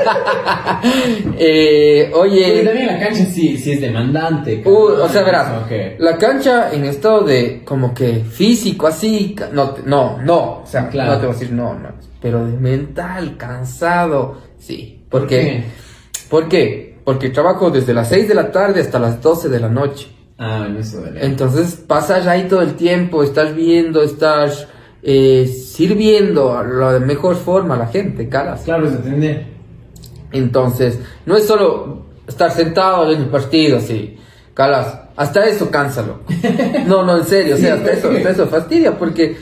eh, Porque oye, también la cancha sí, sí es demandante. uh, cabrón. o sea, verás, Ok. la cancha en estado de como que físico, así, ca- no, te- no, no, o sea, Claro. no te voy a decir no, no, pero de mental, cansado, sí. ¿Por, ¿Por qué? qué? ¿Por qué? Porque trabajo desde las seis de la tarde hasta las doce de la noche. Ah, bueno, eso de ley. Entonces pasas ahí todo el tiempo, estás viendo, estás eh, sirviendo a la mejor forma a la gente, caras. Claro, es atender. Entonces, no es solo estar sentado viendo el partido, así, calas, hasta eso cánsalo. No, no, en serio, o sea, hasta eso, hasta eso fastidia, porque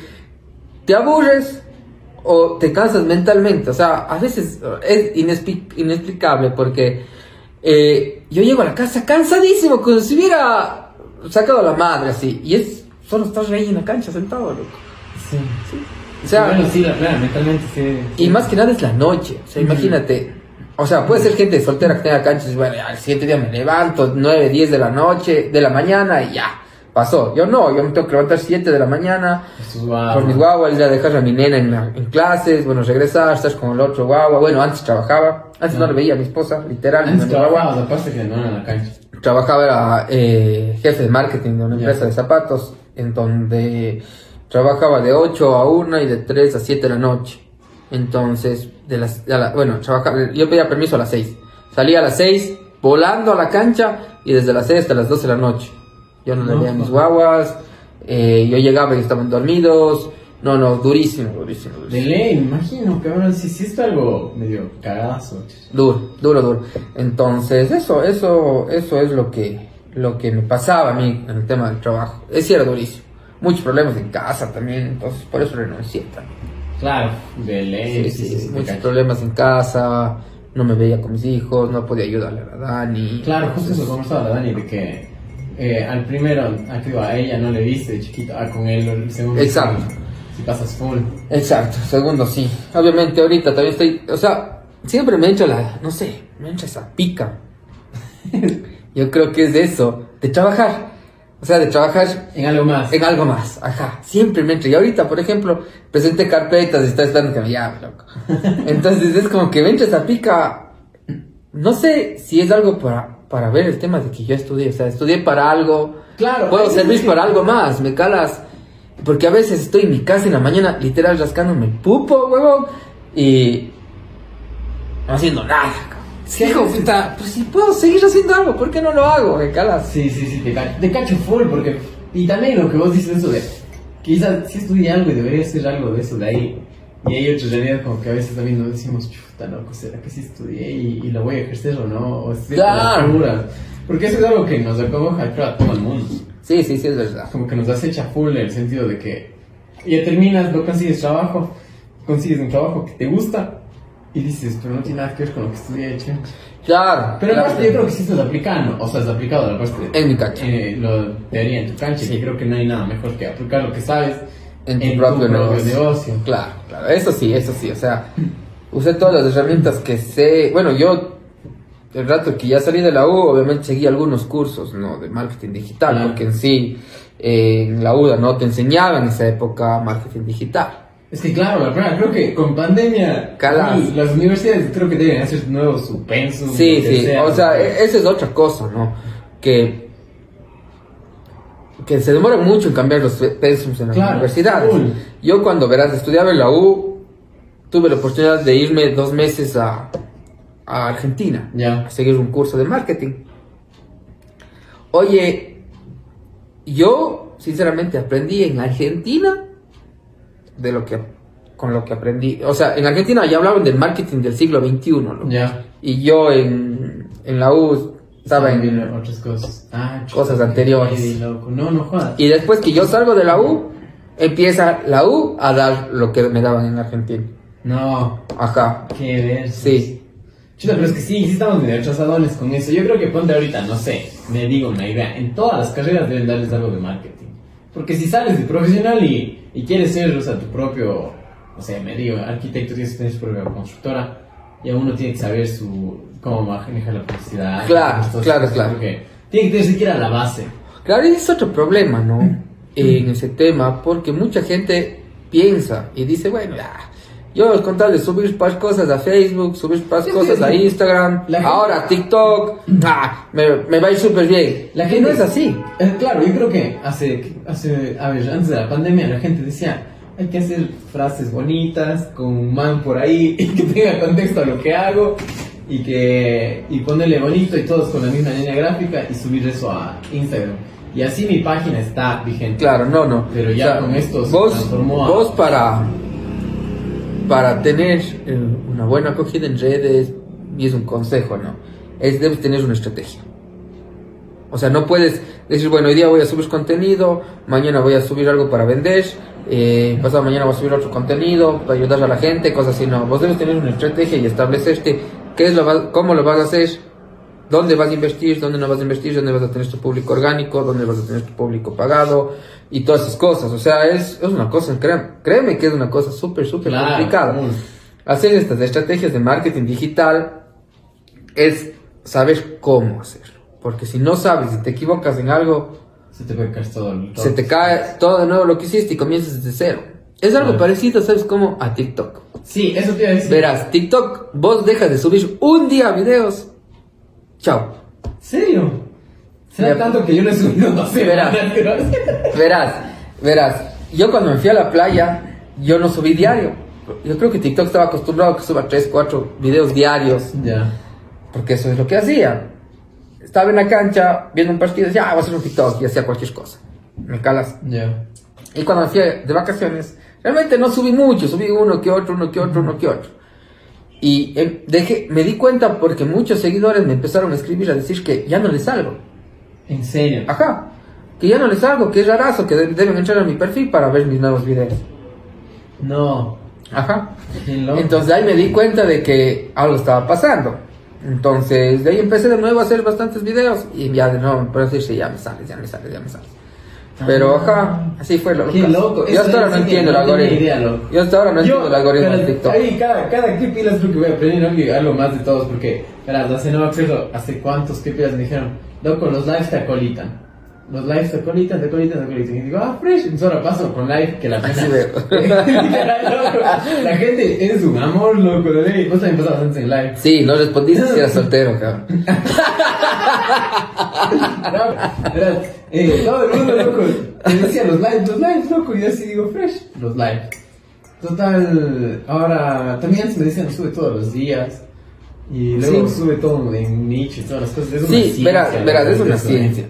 te aburres o te cansas mentalmente, o sea, a veces es inexpli- inexplicable, porque eh, yo llego a la casa cansadísimo, como si hubiera sacado la madre, así, y es solo estar ahí en la cancha sentado, loco. Sí. O sea, bueno, sí, la claro, mentalmente sí. y más que nada es la noche, o sea, imagínate, o sea, puede ser gente soltera que tenga canchas y bueno, ya, al siguiente día me levanto, nueve, diez de la noche, de la mañana y ya, pasó. Yo no, yo me tengo que levantar siete de la mañana, Esto es guau. por mis guaguas, ya dejar a mi nena en, la- en clases, bueno, regresar, estar con el otro guagua, bueno, antes trabajaba, antes no le veía a mi esposa, literal, Antes mi guagua. trabajabas, aparte que no era en la cancha. Trabajaba, era eh, jefe de marketing de una Ya. empresa de zapatos, en donde trabajaba de ocho a una y de tres a siete de la noche. Entonces, de las, de la- bueno, trabajaba, yo pedía permiso a las seis. Salía a las seis, volando a la cancha, y desde las seis hasta las doce de la noche. Yo no le No, veía a mis joder. guaguas, eh, yo llegaba y estaban dormidos. No, no, durísimo, durísimo, De durísimo. ley, me imagino, cabrón, si sí está algo medio cagazo. Duro, duro, duro. Entonces, eso, eso, eso es lo que, lo que me pasaba a mí en el tema del trabajo. Es cierto, durísimo. Muchos problemas en casa también, entonces por eso renuncié también. Claro, de ley. Sí, sí, sí, sí, te muchos cacho. problemas en casa, no me veía con mis hijos, no podía ayudarle a la Dani. Claro, justo Entonces, eso conversaba la Dani, de que eh, al primero, a, que digo, a ella no le viste de chiquito, ah, con él, el segundo. Exacto. Si pasas full. Exacto, segundo sí. Obviamente ahorita también estoy, o sea, siempre me entra la, no sé, me entra esa pica. Yo creo que es de eso, de trabajar. O sea, de trabajar En algo más. en algo más, ajá, siempre me entra. Y ahorita, por ejemplo, presenté carpetas y está esperando que me llame, loco. Entonces es como que me entra esa pica. No sé si es algo para, para ver el tema de que yo estudié. O sea, estudié para algo. Claro. Puedo es servir que- para algo más, me calas. Porque a veces estoy en mi casa en la mañana, literal, rascándome el pupo, huevón. Y no haciendo nada, cabrón. Sí, hijo, puta, pues si puedo seguir haciendo algo, ¿por qué no lo hago? Me calas. Sí, sí, sí, te cacho, te cacho full porque... Y también lo que vos dices eso de... Quizás sí estudié algo y debería ser algo de eso de ahí. Y hay otras realidades como que a veces también nos decimos, chuta, loco, ¿será que sí estudié y, y lo voy a ejercer o no? O estudié por las Claro. puras. Porque eso es algo que nos acongoja creo, a todo el mundo. Sí, sí, sí, es verdad. Como que nos acecha full en el sentido de que ya terminas, no consigues trabajo, consigues un trabajo que te gusta y dices, pero no tiene nada que ver con lo que estudié, che. Claro. Pero claro. aparte yo creo que sí estás aplicando, o sea, es aplicado a la parte de... En mi cancha. Eh, lo teoría en tu cancha, y creo que no hay nada mejor que aplicar lo que sabes En tu propio negocio. negocio. Claro, claro, eso sí, eso sí, o sea, usé todas las herramientas que sé. Bueno, yo, el rato que ya salí de la U, obviamente seguí algunos cursos, ¿no? De marketing digital, Claro. porque en sí, eh, en la U D A no te enseñaban en esa época marketing digital. Es que claro, la verdad, creo que con pandemia Calas. y las universidades creo que deben hacer nuevos su pensum. Sí, lo que sí, sea. o sea, e- esa es otra cosa, ¿no? Que, que se demora mucho en cambiar los pensums en las Claro, universidades. full. Yo cuando, verás, estudiaba en la U, tuve la oportunidad de irme dos meses a, a Argentina, Ya. a seguir un curso de marketing. Oye, yo sinceramente aprendí en Argentina de lo que con lo que aprendí. O sea, en Argentina ya hablaban del marketing del siglo veintiuno, ¿no? Ya. Y yo en, en la U estaba Estaban viendo en... otras cosas. Ah, chuta, cosas qué anteriores. heavy, loco. No, no jodas. Y después que yo salgo de la U, empieza la U a dar lo que me daban en Argentina. No, Ajá. qué ver. Sí. Chuta, pero es que sí, sí estamos medio atrasadones con eso. Yo creo que ponte ahorita, no sé, me digo una idea. En todas las carreras deben darles algo de marketing. Porque si sales de profesional y, y quieres ser, o sea, tu propio, o sea, me digo, arquitecto, tienes que tener su propia constructora. Y a uno tiene que saber su cómo manejar la publicidad. Claro, estas claro, cosas, claro. Porque tiene que tener siquiera la base. Claro, y es otro problema, ¿no? En ese tema, porque mucha gente piensa y dice, bueno, ya, yo con tal de subir par cosas a Facebook, subir par Sí, cosas sí, a sí. Instagram, La gente- ahora TikTok, ah, me, me va a ir súper bien. La Y gente no es así. Eh, claro, yo creo que hace, hace, a ver, antes de la pandemia la gente decía, hay que hacer frases bonitas con un man por ahí y que tenga contexto a lo que hago y que y ponerle bonito y todos con la misma línea gráfica y subir eso a Instagram. Y así mi página está vigente. Claro, no, no. Pero ya con esto se vos, transformó a- vos para, para tener eh, una buena acogida en redes, y es un consejo, ¿no? Es, debes tener una estrategia. O sea, no puedes decir, bueno, hoy día voy a subir contenido, mañana voy a subir algo para vender, eh, pasado mañana voy a subir otro contenido para ayudar a la gente, cosas así, no. Vos debes tener una estrategia y establecerte qué es lo va- cómo lo vas a hacer, dónde vas a invertir, dónde no vas a invertir, dónde vas a tener tu público orgánico, dónde vas a tener tu público pagado y todas esas cosas. O sea, es, es una cosa, créeme, créeme que es una cosa súper, súper Claro, complicada. muy. Hacer estas estrategias de marketing digital es saber cómo hacerlo. Porque si no sabes, si te equivocas en algo, Se te puede caer todo el... todo se te cae todo de nuevo lo que hiciste y comienzas desde cero. Es algo Claro. parecido, ¿sabes cómo? A TikTok. Sí, eso te iba a decir. Verás, TikTok, vos dejas de subir un día videos. Chao. ¿Serio? Será Mira, tanto que yo no he subido dos verás. semanas. Verás, verás. Yo cuando me fui a la playa, yo no subí diario. Yo creo que TikTok estaba acostumbrado a que suba tres, cuatro videos diarios. Ya. Porque eso es lo que hacía. Estaba en la cancha viendo un partido y decía, ah, voy a hacer un TikTok y hacía cualquier cosa. Me calas. Ya. Y cuando me fui de vacaciones, realmente no subí mucho, subí uno que otro, uno que otro, uno que otro. Y eh, dejé, me di cuenta porque muchos seguidores me empezaron a escribir a decir que ya no les salgo. ¿En serio? Ajá. Que ya no les salgo, que es rarazo, que de- deben entrar a mi perfil para ver mis nuevos videos. No. Ajá. Qué loco. Entonces ahí me di cuenta de que algo estaba pasando. Entonces de ahí empecé de nuevo a hacer bastantes videos y ya de nuevo empecé a decirse, ya me sales, ya me sales, ya me sales. Pero ajá, así fue lo Qué caso. loco. Yo hasta ahora no sí que entiendo el no tenía algoritmo. idea, loco. Yo hasta ahora no entiendo el algoritmo de pero TikTok. Ahí, cada, cada qué pilas creo que voy a aprender algo, algo más de todos, porque, verás, hace no me acuerdo hace cuántos qué pilas me dijeron, loco, los lives te acolitan. los lives de colitas, de colitas, de colitas. Y digo, ah, fresh. Y solo paso con live que la pena. Así veo. La gente es un amor, loco. Y vos también pasabas antes en live. Sí, no respondiste si eras soltero, cabrón. No, verás, eh, todo el mundo, loco. Me decía los lives, los lives, loco. Y yo así digo, fresh, los lives. Total, ahora también antes me decían sube todos los días. Y luego sí. Sube todo en nicho y todas las cosas. Es una sí, ciencia, verás, verás, es una eso, ciencia.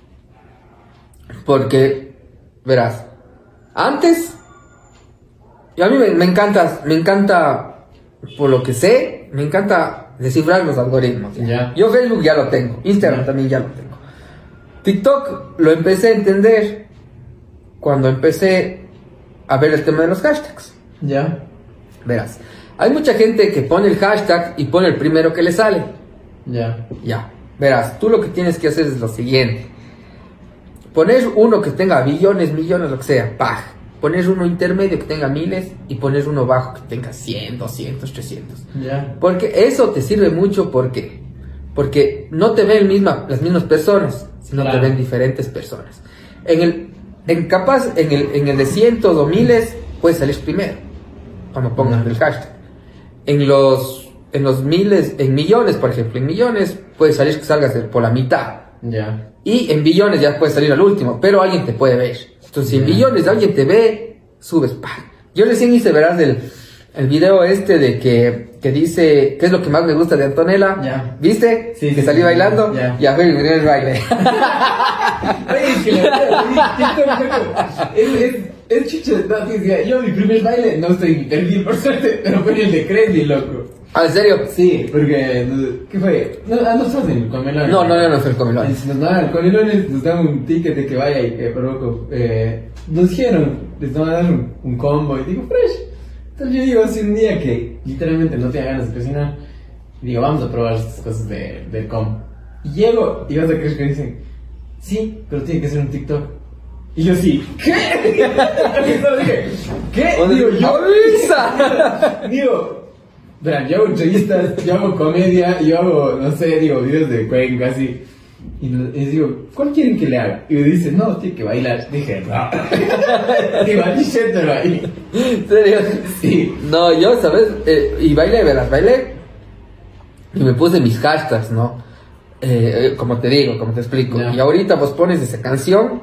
Porque, verás, antes, y a mí me, me encanta, me encanta, por lo que sé, me encanta descifrar los algoritmos. Ya. Yo Facebook ya lo tengo, Instagram ya. también ya lo tengo. TikTok lo empecé a entender cuando empecé a ver el tema de los hashtags. Ya. Verás, hay mucha gente que pone el hashtag y pone el primero que le sale. Ya. Ya. Verás, tú lo que tienes que hacer es lo siguiente. Poner uno que tenga billones, millones, lo que sea, paj. Poner uno intermedio que tenga miles y poner uno bajo que tenga cien, doscientos, trescientos. Ya. Porque eso te sirve mucho, ¿por qué? Porque no te ven misma, las mismas personas, sino claro. te ven diferentes personas. En el, en capaz, en el, en el de cientos o miles, puedes salir primero, cuando pongas el hashtag. En los, en los miles, en millones, por ejemplo, en millones, puedes salir que salgas por la mitad. Ya. Y en billones ya puedes salir al último, pero alguien te puede ver. Entonces, si en billones alguien te ve, subes, pa. Yo recién hice, verás, el, el video este de que, que dice, ¿qué es lo que más me gusta de Antonella? Ya. ¿Viste? Sí, que sí, salí sí, bailando. ya. Y a ver el video del baile. Oye, es que la verdad, TikTok, es, es, es chicho de todo. Yo, mi primer baile, no estoy en mi perfil, por suerte, pero fue el de Crazy, loco. ¿Ah, en serio? Sí, porque, ¿qué fue? No, ah, no estás en el Comelón. No, no, yo no soy el Comelón. Si nos dan al Comelón, nos dan un ticket de que vaya y que provoco. Eh, nos dijeron, les van a dar un, un combo y digo, fresh. Entonces yo digo, hace un día que literalmente no tenía ganas de cocinar, y digo, vamos a probar estas cosas de, del combo. Y llego y vas a creer que dicen, sí, pero tiene que ser un TikTok. Y yo sí, ¿qué? Entonces dije, ¿qué? Digo, yo. ¡Avisa! Digo, verán, yo hago entrevistas, yo hago comedia, yo hago, no sé, digo, videos de Cuenca, así. Y les digo, ¿cuál quieren que le haga? Y me dicen, no, tiene que bailar. Dije, no. Digo, aquí siéntalo ahí. ¿En serio? Sí. No, yo, ¿sabes? Eh, y bailé, verás, bailé. Y me puse mis hashtags, ¿no? Eh, eh, como te digo, como te explico. Yeah. Y ahorita vos pones esa canción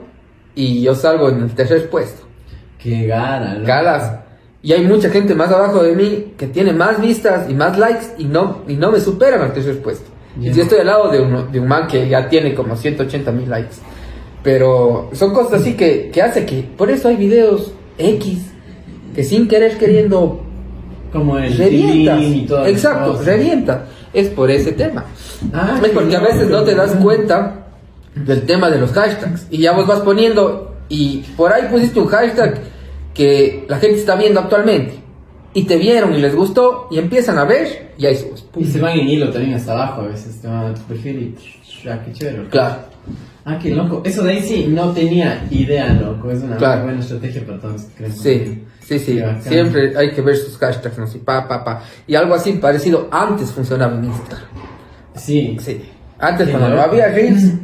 y yo salgo en el tercer puesto. Qué gana, ¿no? Galas. Y hay mucha gente más abajo de mí que tiene más vistas y más likes y no, y no me superan al tercer puesto. Yeah. Y yo estoy al lado de un, de un man que ya tiene como ciento ochenta mil likes. Pero son cosas así que, que hace que... Por eso hay videos X que sin querer queriendo... Como el revientas. y todo. Exacto, revientas. Es por ese tema. Ah, es porque a veces no te das cuenta del tema de los hashtags. Y ya vos vas poniendo... Y por ahí pusiste un hashtag que la gente está viendo actualmente. Y te vieron y les gustó y empiezan a ver y ahí subes. Y se van en hilo también hasta abajo a veces. Te van a tu perfil y... Ah, qué chévere. Claro. Ah, qué loco. Eso de ahí sí no tenía idea, loco. Es una Claro. buena estrategia para todos. Sí, sí, sí. Qué bacán. Siempre hay que ver sus hashtags, no sé, pa, pa, pa. Y algo así parecido antes funcionaba en Instagram. Sí. Sí. Antes Qué cuando no loco. había reels,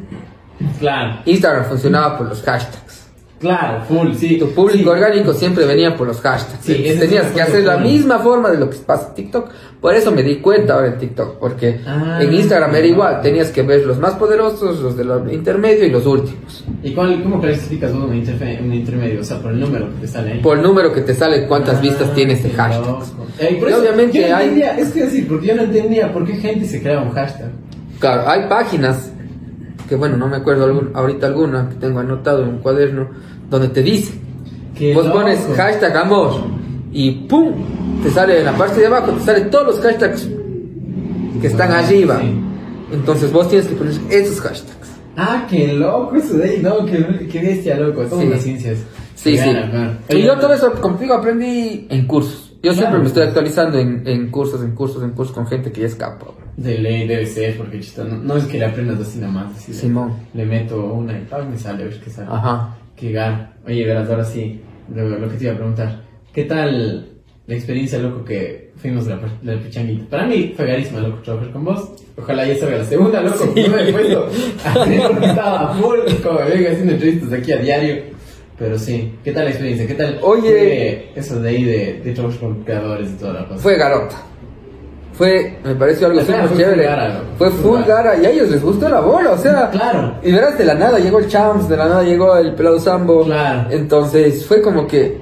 Claro. Instagram funcionaba por los hashtags. Claro, full, sí. Tu público Sí. orgánico siempre venía por los hashtags. Sí, Entonces ese es tenías un que punto hacer la bueno. misma forma de lo que pasa en TikTok. Por eso me di cuenta ahora en TikTok. Porque Ah, en Instagram era igual. claro. Tenías que ver los más poderosos, los de lo intermedio y los últimos. ¿Y cuál, cómo clasificas vos un, interfe- un intermedio? O sea, por el número que te sale ahí. Por número que te sale cuántas Ah, vistas tiene este qué hashtag. loco. Eh, por Y eso, obviamente yo no hay- entendía, es que decir, porque yo no entendía por qué gente se crea un hashtag. Claro, hay páginas que bueno, no me acuerdo algún- ahorita alguna que tengo anotado en un cuaderno donde te dice, Qué vos loco. pones hashtag amor y pum, te sale en la parte de abajo, te salen todos los hashtags que están Ah, arriba. sí. Entonces vos tienes que poner esos hashtags. Ah, qué loco eso de ahí, no, qué, qué bestia, loco. Todas Sí. las ciencias. Sí, Se sí. ganan, claro. Y yo todo eso, como te digo, aprendí en cursos. Yo siempre Claro. me estoy actualizando en, en cursos, en cursos, en cursos con gente que ya escapa. De ley debe ser, porque chista, no, no es que le aprendas así nada más. Así de- Simón. Le meto una y pa, me sale, a ver qué sale. Ajá. Qué gar. Oye, verás, ahora sí, lo, lo que te iba a preguntar. ¿Qué tal la experiencia, loco, que fuimos de la, de la pichanguita. Para mí fue garísima, loco, trabajar con vos. Ojalá ya salga la segunda, loco, sí. No me he puesto a hacer porque estaba full, como me vengo haciendo entrevistas aquí a diario. Pero sí, ¿qué tal la experiencia? ¿Qué tal Oye, fue eso de ahí de, de trabajar con creadores y toda la cosa? Fue garota. Fue, me pareció algo súper chévere. Full gara, loco. Fue full, full gara y a ellos les gustó la bola, o sea. Claro. Y verás, de la nada llegó el Champs, de la nada llegó el Pelado Sambo. Claro. Entonces fue como que.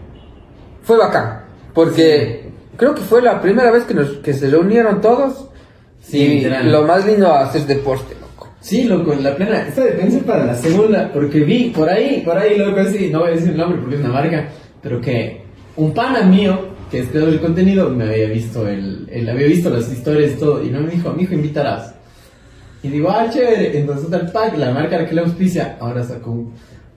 Fue bacán. Porque sí. Creo que fue la primera vez que, nos, que se reunieron todos. Sí, y literal. Lo más lindo a hacer deporte, loco. Sí, loco, en la plena. Esta depende para la segunda, porque vi por ahí, por ahí, loco, así, no voy a decir el nombre porque es una marca, pero que un pana mío, que es creador de contenido, me había visto el, el había visto las historias y todo, y no me dijo, mijo, invitarás. Y digo, ah, chévere. Entonces el pack, la marca a la que le auspicia, ahora sacó un,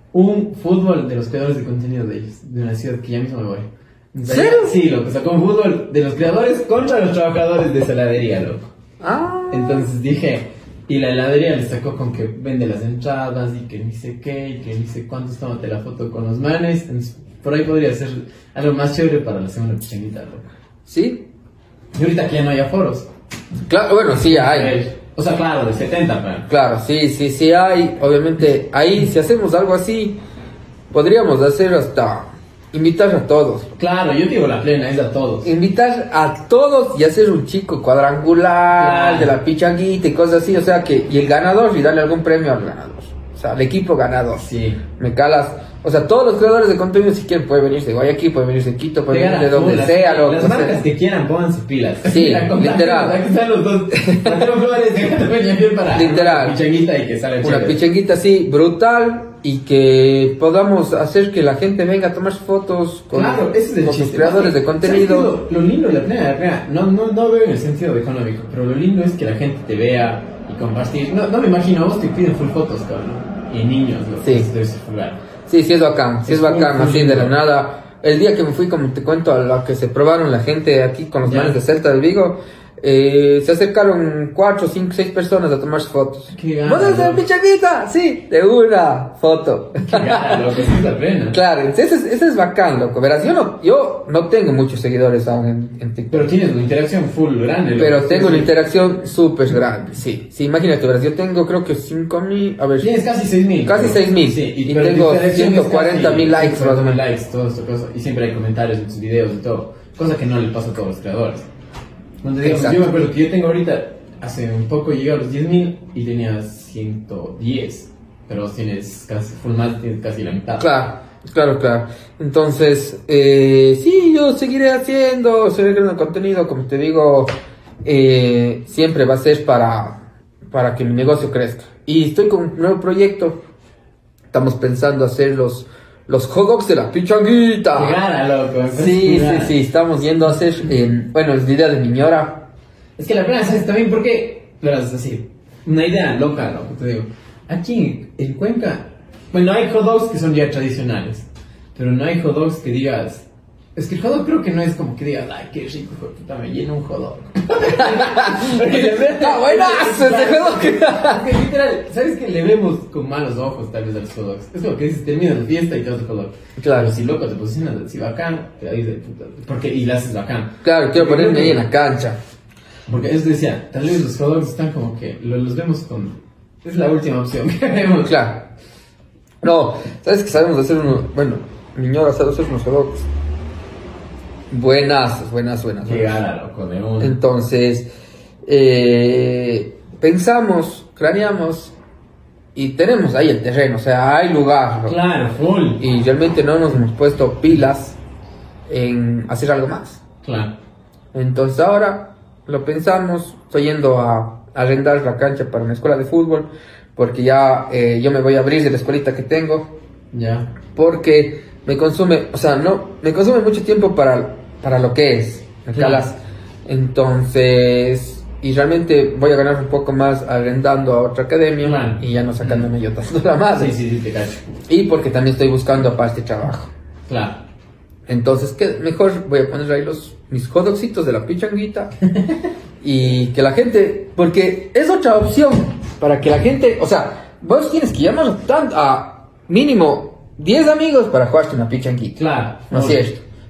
un fútbol de los creadores de contenido de ellos, de una ciudad que ya mismo me voy. ¿Sí? Sí, loco, sacó un fútbol de los creadores contra los trabajadores de esa heladería, loco. Ah. Entonces dije, y la heladería le sacó con que vende las entradas y que ni sé qué, y que ni sé cuántos, tómate la foto con los manes. Entonces, por ahí podría ser algo más chévere para la segunda pichanguita, loco. ¿Sí? Y ahorita que ya no hay aforos. Claro, bueno, sí hay. O sea, claro, de setenta, pero... Claro, sí, sí, sí hay. Obviamente, ahí, si hacemos algo así, podríamos hacer hasta... Invitar a todos. Claro, yo digo la plena, es a todos. Invitar a todos y hacer un chico cuadrangular, claro, de la pichanguita y cosas así. O sea que, y el ganador, y darle algún premio al ganador. O sea, al equipo ganador. Sí. Me calas. O sea, todos los creadores de contenido, si quieren, pueden venirse de Guayaquil, pueden venirse de Quito, pueden venirse de donde las, sea. Lo, las o marcas sea, que quieran, pónganse pilas. Sí, literal. Aquí están los dos. Mateo Flores, déjate bien para literal. Una pichanguita y que sale Una chévere. pichanguita así, brutal. Y que podamos hacer que la gente venga a tomar fotos con, claro, ese es el con sus chiste, creadores de contenido. Lo, lo lindo de la plena, la plena, no, no, no veo en el sentido económico, pero lo lindo es que la gente te vea y compartir. No, no me imagino, a vos te piden full fotos, cabrón. Y niños, lo sí. que debe ser fugar. Sí, sí es bacán, sí es, es bacán, full, así full de la nada. El día que me fui, como te cuento, a la que se probaron la gente aquí con los manes de Celta del Vigo, Eh, se acercaron cuatro, cinco, seis personas a tomarse fotos. ¿Vos de la pichanguita? Sí, de una foto. Qué gana, loco, esa es la pena. Claro, ese es, ese es bacán, loco. Verás, yo no, yo no tengo muchos seguidores aún en, en TikTok. Pero tienes una interacción full grande. Pero loco, tengo sí, una sí. interacción súper grande, sí. Sí, imagínate, verás, yo tengo creo que cinco mil, a ver. Tienes casi seis mil. Casi seis mil. Sí, y, y tengo ciento cuarenta mil likes más o menos. likes, todo esto, cosa. Y siempre hay comentarios en tus videos y todo. Cosa que no le pasa a todos los creadores. Donde digamos, yo me acuerdo que yo tengo ahorita, hace un poco llegué a los diez mil y tenía ciento diez, pero tienes casi, full más, tienes casi la mitad. Claro, claro, claro. Entonces, eh, sí, yo seguiré haciendo, seguiré creando contenido, como te digo, eh, siempre va a ser para, para que mi negocio crezca. Y estoy con un nuevo proyecto, estamos pensando hacer los... Los hot dogs de la pichanguita. Qué gana, loco. Sí, sí, sí, estamos yendo a hacer, eh, bueno, es la idea de mi ñora. Es que la plena, ¿sabes también por qué? Pero es así, una idea loca, loco, te digo. Aquí en Cuenca, bueno, hay hot dogs que son ya tradicionales, pero no hay hot dogs que digas... Es que el hot dog creo que no es como que digas, ay, qué rico, hijo de puta, me lleno un hot dog. ¡Está buenazo ese hot dog! Es que literal, ¿sabes que le vemos con malos ojos tal vez a los hot dogs? Es como que dices, terminas la fiesta y te vas a hot dog. Claro. Pero si loco te posicionas así bacán, te la dices, puta, porque y la haces bacán. Claro, quiero ponerme ahí en la cancha. Porque eso decía, tal vez los hot dogs están como que lo- los vemos con... Es la última opción que vemos. Claro. No, ¿sabes que sabemos hacer unos... Bueno, mi ñora sabe hacer unos hot dogs. Buenas, buenas, buenas. Qué buenas. gana, loco, de uno. Entonces, eh, pensamos, craneamos y tenemos ahí el terreno, o sea, hay lugar, ¿no? Claro, full. Y realmente no nos hemos puesto pilas en hacer algo más. Claro. Entonces ahora lo pensamos, estoy yendo a arrendar la cancha para una escuela de fútbol, porque ya eh, yo me voy a abrir de la escuelita que tengo, Ya. porque me consume, o sea, no, me consume mucho tiempo para, para lo que es, ¿me Claro. calas? Entonces, y realmente voy a ganar un poco más arrendando a otra academia, Claro. y ya no sacándome yo tanto la madre. Sí, sí, sí, te cacho. Y porque también estoy buscando aparte trabajo. Claro. Entonces, ¿qué mejor? Voy a poner ahí los, mis hot dogsitos de la pichanguita. Y que la gente, porque es otra opción para que la gente, o sea, vos tienes que llamar tanto a mínimo diez amigos para jugarte una pichanguita. Claro. ¿No es Obvio. cierto?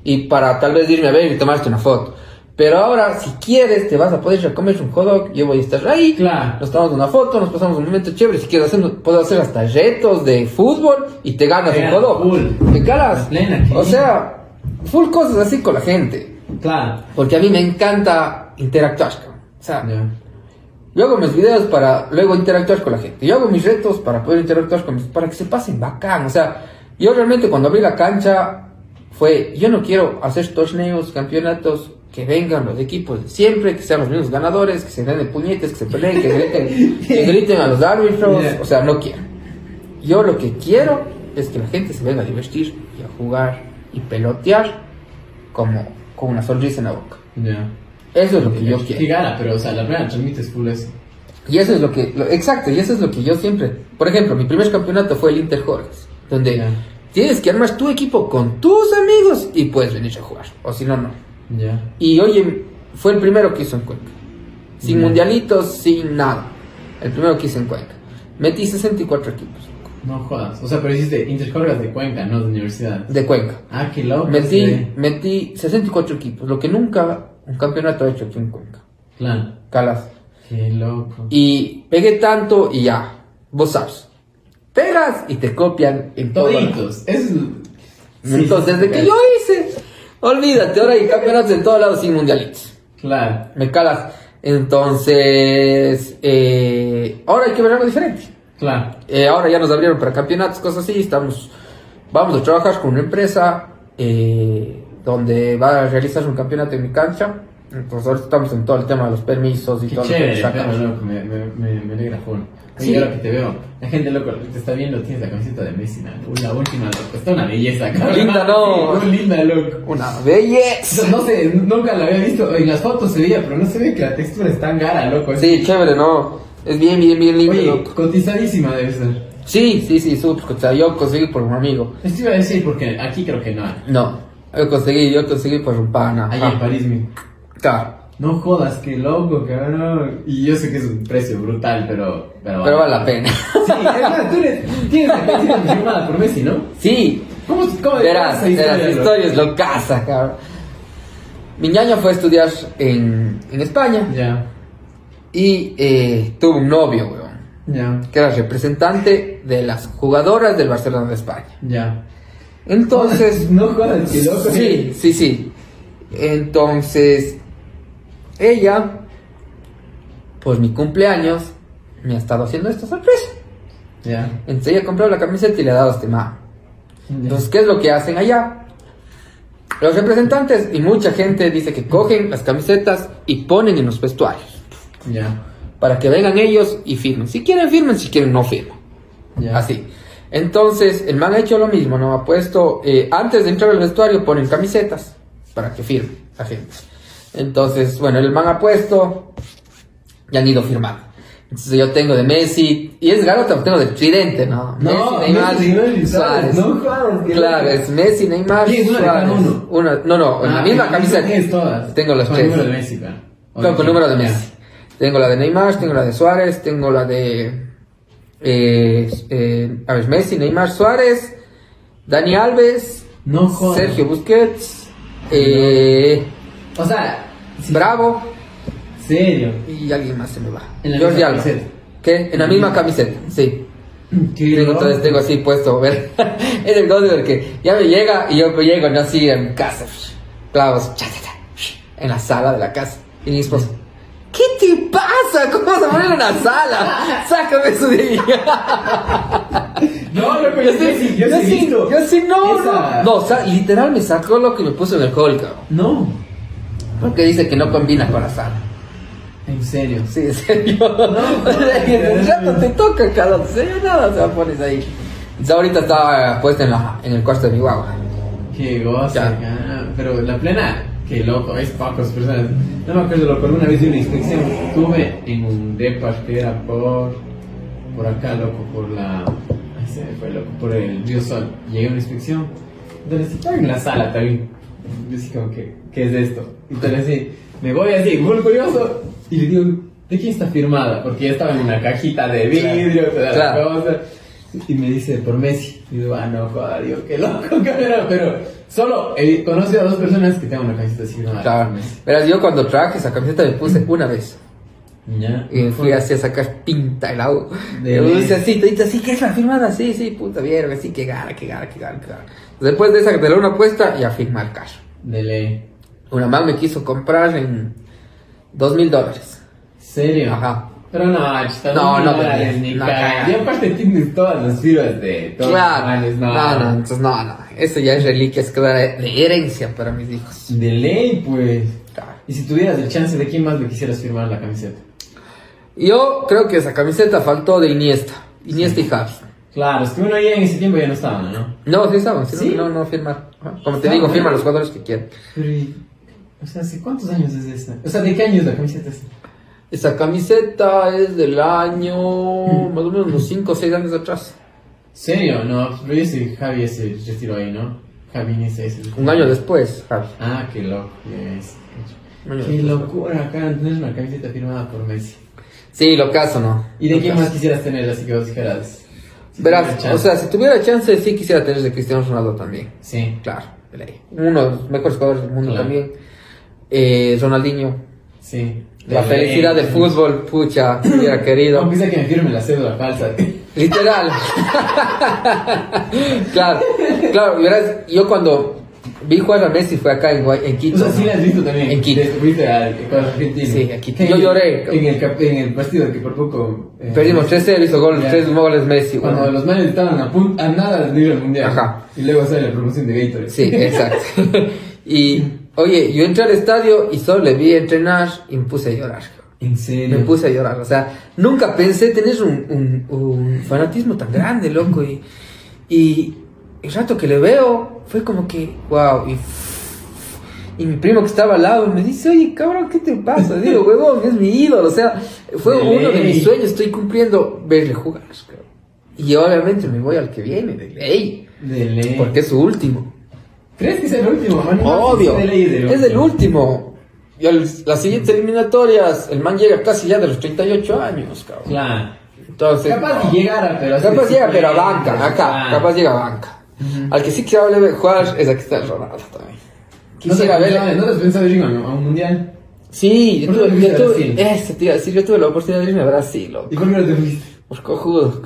y para tal vez irme a ver y tomarte una foto. Pero ahora, si quieres, te vas a poder ir a comer un hot dog, yo voy a estar ahí, Claro. nos tomamos una foto, nos pasamos un momento chévere, si quieres hacer, puedo hacer hasta retos de fútbol y te ganas Pega, un hot dog. full. Te calas. La plena, ¿qué? O sea, full cosas así con la gente. Claro. Porque a mí me encanta interactuar, cabrón. O sea, Ya. yo hago mis videos para luego interactuar con la gente. Yo hago mis retos para poder interactuar con mis... para que se pasen bacán. O sea, yo realmente cuando abrí la cancha fue... Yo no quiero hacer torneos, campeonatos, que vengan los equipos de siempre, que sean los mismos ganadores, que se den de puñetes, que se peleen, que griten, que griten a los árbitros. Yeah. O sea, no quiero. Yo lo que quiero es que la gente se venga a divertir y a jugar y pelotear como con una sonrisa en la boca. Ya. Eso es lo que yo Qué quiero. gana, pero o sea, la plena transmites full eso. Y eso es lo que, lo- exacto, y eso es lo que yo siempre, por ejemplo, mi primer campeonato fue el Inter Jorges, donde Ya. tienes que armar tu equipo con tus amigos y puedes venir a jugar, o si no, no. Ya. Y oye, fue el primero que hizo en Cuenca, sin Ya. mundialitos, sin nada, el primero que hizo en Cuenca. Metí sesenta y cuatro equipos No jodas. O sea, pero hiciste Interjorgas de Cuenca, no de universidad. de Cuenca. Ah, qué loco. Metí, sí. metí sesenta y cuatro equipos, lo que nunca un campeonato ha hecho aquí en Cuenca. Claro. Calas. Qué loco. Y pegué tanto y ya, vos sabes. Pegas y te copian en todo lado. Toditos. Es... Entonces, sí, desde que yo hice, olvídate, ahora hay campeonatos en todos lados sin mundialitos. Claro. Me calas. Entonces, eh, ahora hay que ver algo diferente. Claro. Eh, ahora ya nos abrieron para campeonatos, cosas así. Estamos, vamos a trabajar con una empresa eh, donde va a realizar un campeonato en mi cancha. Entonces, ahora estamos en todo el tema de los permisos y Qué todo lo que chévere, sacamos. pero loco, me, me, me, me alegra full. Oye, Sí. ahora que te veo, la gente loco te está viendo, tienes la camiseta de Messi, ¿no? Uy, la última, loco, está una belleza, cabrón. Linda, ¿no? Muy linda, loco. Una belleza. No sé, nunca la había visto, en las fotos se veía, pero no se ve que la textura es tan gara, loco. Sí, chévere, ¿no? Es bien, bien, bien lindo. Oye, loco. cotizadísima debe ser. Sí, sí, sí, súper. O sea, yo conseguí por un amigo. Esto iba a decir porque aquí creo que no hay. No, yo conseguí, yo conseguí por un pana. Ahí ajá. en París, mi. Claro. No jodas, qué loco, cabrón. Y yo sé que es un precio brutal, pero... Pero, Pero vale la pena. Sí, es más, tú eres, tienes la camiseta firmada por Messi, ¿no? Sí. ¿Cómo, cómo Verás, esa verás, la loco? historia es locaza, cabrón. Mi ñaño fue a estudiar en, en España Ya, y eh, tuvo un novio, weón, ya, que era representante de las jugadoras del Barcelona de España. ya. Entonces, No jodas, qué loco. sí, sí, sí. Entonces, ella, pues mi cumpleaños, me ha estado haciendo esta sorpresa. Ya, Entonces ella compró la camiseta y le ha dado a este man. ya. Entonces, ¿qué es lo que hacen allá? Los representantes y mucha gente dice que cogen las camisetas y ponen en los vestuarios Ya, para que vengan ellos y firmen. Si quieren firmen, si quieren no firmen. ya. Así. Entonces, el man ha hecho lo mismo, ¿no? Ha puesto, eh, antes de entrar al vestuario, ponen camisetas para que firme la gente. Entonces, bueno, el man ha puesto y han ido firmando. Entonces yo tengo de Messi, y es garota, tengo del Tridente, ¿no? No, Messi, Neymar, Messi, Neymar y Suárez. Suárez. No jodas, qué Claro, loco. es Messi, Neymar, ¿Tienes una de Suárez. cada uno? Una, no, no, en la Ah, misma en camiseta. tienes todas. Tengo las Con tres. el número de Messi, claro. Claro, con el número de Ya. Messi. Tengo la de Neymar, tengo la de Suárez, tengo la de... Eh, eh, a ver, Messi, Neymar, Suárez, Dani Alves, No jodas. Sergio Busquets, eh, O sea, sí, Bravo serio. y alguien más se me va. En la Jordi misma Alba. camiseta. ¿Qué? En la misma camiseta, sí. Qué Tengo, loco. entonces tengo así puesto, ver. Es el gozo del que ya me llega y yo me llego, no así en mi casa. Clavos, cha, cha, cha, en la sala de la casa. Y mi esposa, ¿qué te pasa? ¿Cómo vas a poner en una sala? Sácame eso de ahí. No, loco, yo sí, yo sí he sí, visto. yo sí, no, Esa- no. No, o sea, literal me sacó lo que me puso en el hall, cabrón. No. Porque dice que no combina con la sala. En serio. Sí, en serio. En el rato te toca, cabrón. En serio, nada, o sea, pones ahí. Entonces, ahorita estaba puesta en, la, en el cuarto de mi guagua. Qué gozo, Ya. ah, pero la plena, qué loco, es pocas personas. No me acuerdo, loco, alguna vez de una inspección tuve en un depa que era por, por acá, loco, por la, ay, se me fue, loco, por el Río Sol. Llegué a una inspección, entonces estaba en la sala también. Yo así como que, ¿qué es esto? Entonces sí, me voy así, muy curioso, y le digo, ¿de quién está firmada? Porque ya estaba en una cajita de vidrio, toda la Claro. cosa. Y me dice, por Messi. Y digo, ah, no, joder, digo, qué loco, cabrón. Pero solo he conocido a dos personas que tengan una camiseta así firmada. Claro. por Messi. Verás, yo cuando traje esa camiseta me puse una vez. Ya. Y me fui así a sacar pinta el agua. De Me puse ley. así, todita así, ¿qué es la firmada? Sí, sí, puta, vieron, así, que gana, que gana, que gana, que gana. Después de esa, de la una apuesta y a firmar cash. De ley. Una más me quiso comprar en dos mil dólares. ¿Serio? Ajá. Pero no, chita, No, no, dólares, pero- ni no, caga. caga. Y aparte tienes todas las firmas de todos Claro. los años, No, no, entonces no, no. Eso ya es reliquia, es que da de, de herencia para mis hijos. De ley, pues. Claro. Y si tuvieras el chance, ¿de quién más le quisieras firmar la camiseta? Yo creo que esa camiseta faltó de Iniesta. Iniesta y Javi. Claro, es que uno ya en ese tiempo ya no estaba, ¿no? No, sí estaban, sí, ¿Sí? no, no firmar. Ajá. Como te Ah, digo, bueno. firman los jugadores que quieran. Pero, y- o sea, ¿hace cuántos años es esta? O sea, ¿de qué año es la camiseta esta? Esa camiseta es del año, más o menos unos cinco o seis años atrás. ¿Serio? No, pero yo sé Javi se retiró ahí, ¿no? Javi ni se hizo. Un año después, Javi. Ah, qué loco. Yes. Un año Qué después. locura acá tener una camiseta firmada por Messi. Sí, lo caso, ¿no? ¿Y de Lo quién caso. más quisieras tener? Así que vos dijeras. si Verás, tuviera chance. o sea, si tuviera chance, sí quisiera tener de Cristiano Ronaldo también. Sí. Claro, de ley. Uno de los mejores jugadores del mundo Claro. también. Eh, Ronaldinho. Sí. La De felicidad ley. del fútbol, pucha, si hubiera querido. Aunque sea que me firme la cédula falsa. Literal. claro, claro, y verás, yo cuando vi jugar a Messi fue acá en, Gua- en O Quito. sea, sí ¿no? la has visto también. En Quito. Te fuiste al con Argentina. Sí, aquí. Que Yo en- lloré. En el, cap- en el partido que por poco. eh, Perdimos tres cero, hizo gol, ya. tres goles Messi. Cuando bueno. los manes estaban a, punto, a nada de ir al mundial. Ajá. Y luego sale la promoción de Gatorade. Sí, exacto. y, oye, yo entré al estadio y solo le vi entrenar y me puse a llorar. En serio. Me puse a llorar, o sea, nunca pensé tener un, un, un fanatismo tan grande, loco, y, y el rato que le veo fue como que, wow, y, y mi primo que estaba al lado me dice, oye, cabrón, ¿qué te pasa? Digo, huevón, es mi ídolo, o sea, fue De uno de ley. mis sueños, estoy cumpliendo verle jugar, creo. Y obviamente me voy al que viene, de ley, De ley. porque es su último. ¿Crees que es el último, man? Obvio, Es de ley del es del último. Y al- las siguientes eliminatorias, el man llega casi ya de los treinta y ocho años, cabrón. Claro. Entonces, Capaz que llegara, pero. así capaz de llega, pero a suplente, banca, acá, claro. capaz llega a banca. Al que sí quisiera verle jugar es a Cristiano Ronaldo también. ¿No te Quisiera has pensado- verle. ¿No te has pensado ir a un, a un mundial? Sí, yo ¿Por tuve, qué no yo fuiste a tuve, Brasil? este, tío, sí, yo tuve la oportunidad de irme a Brasil, loco. ¿Y por qué no te fuiste? Por cojudo.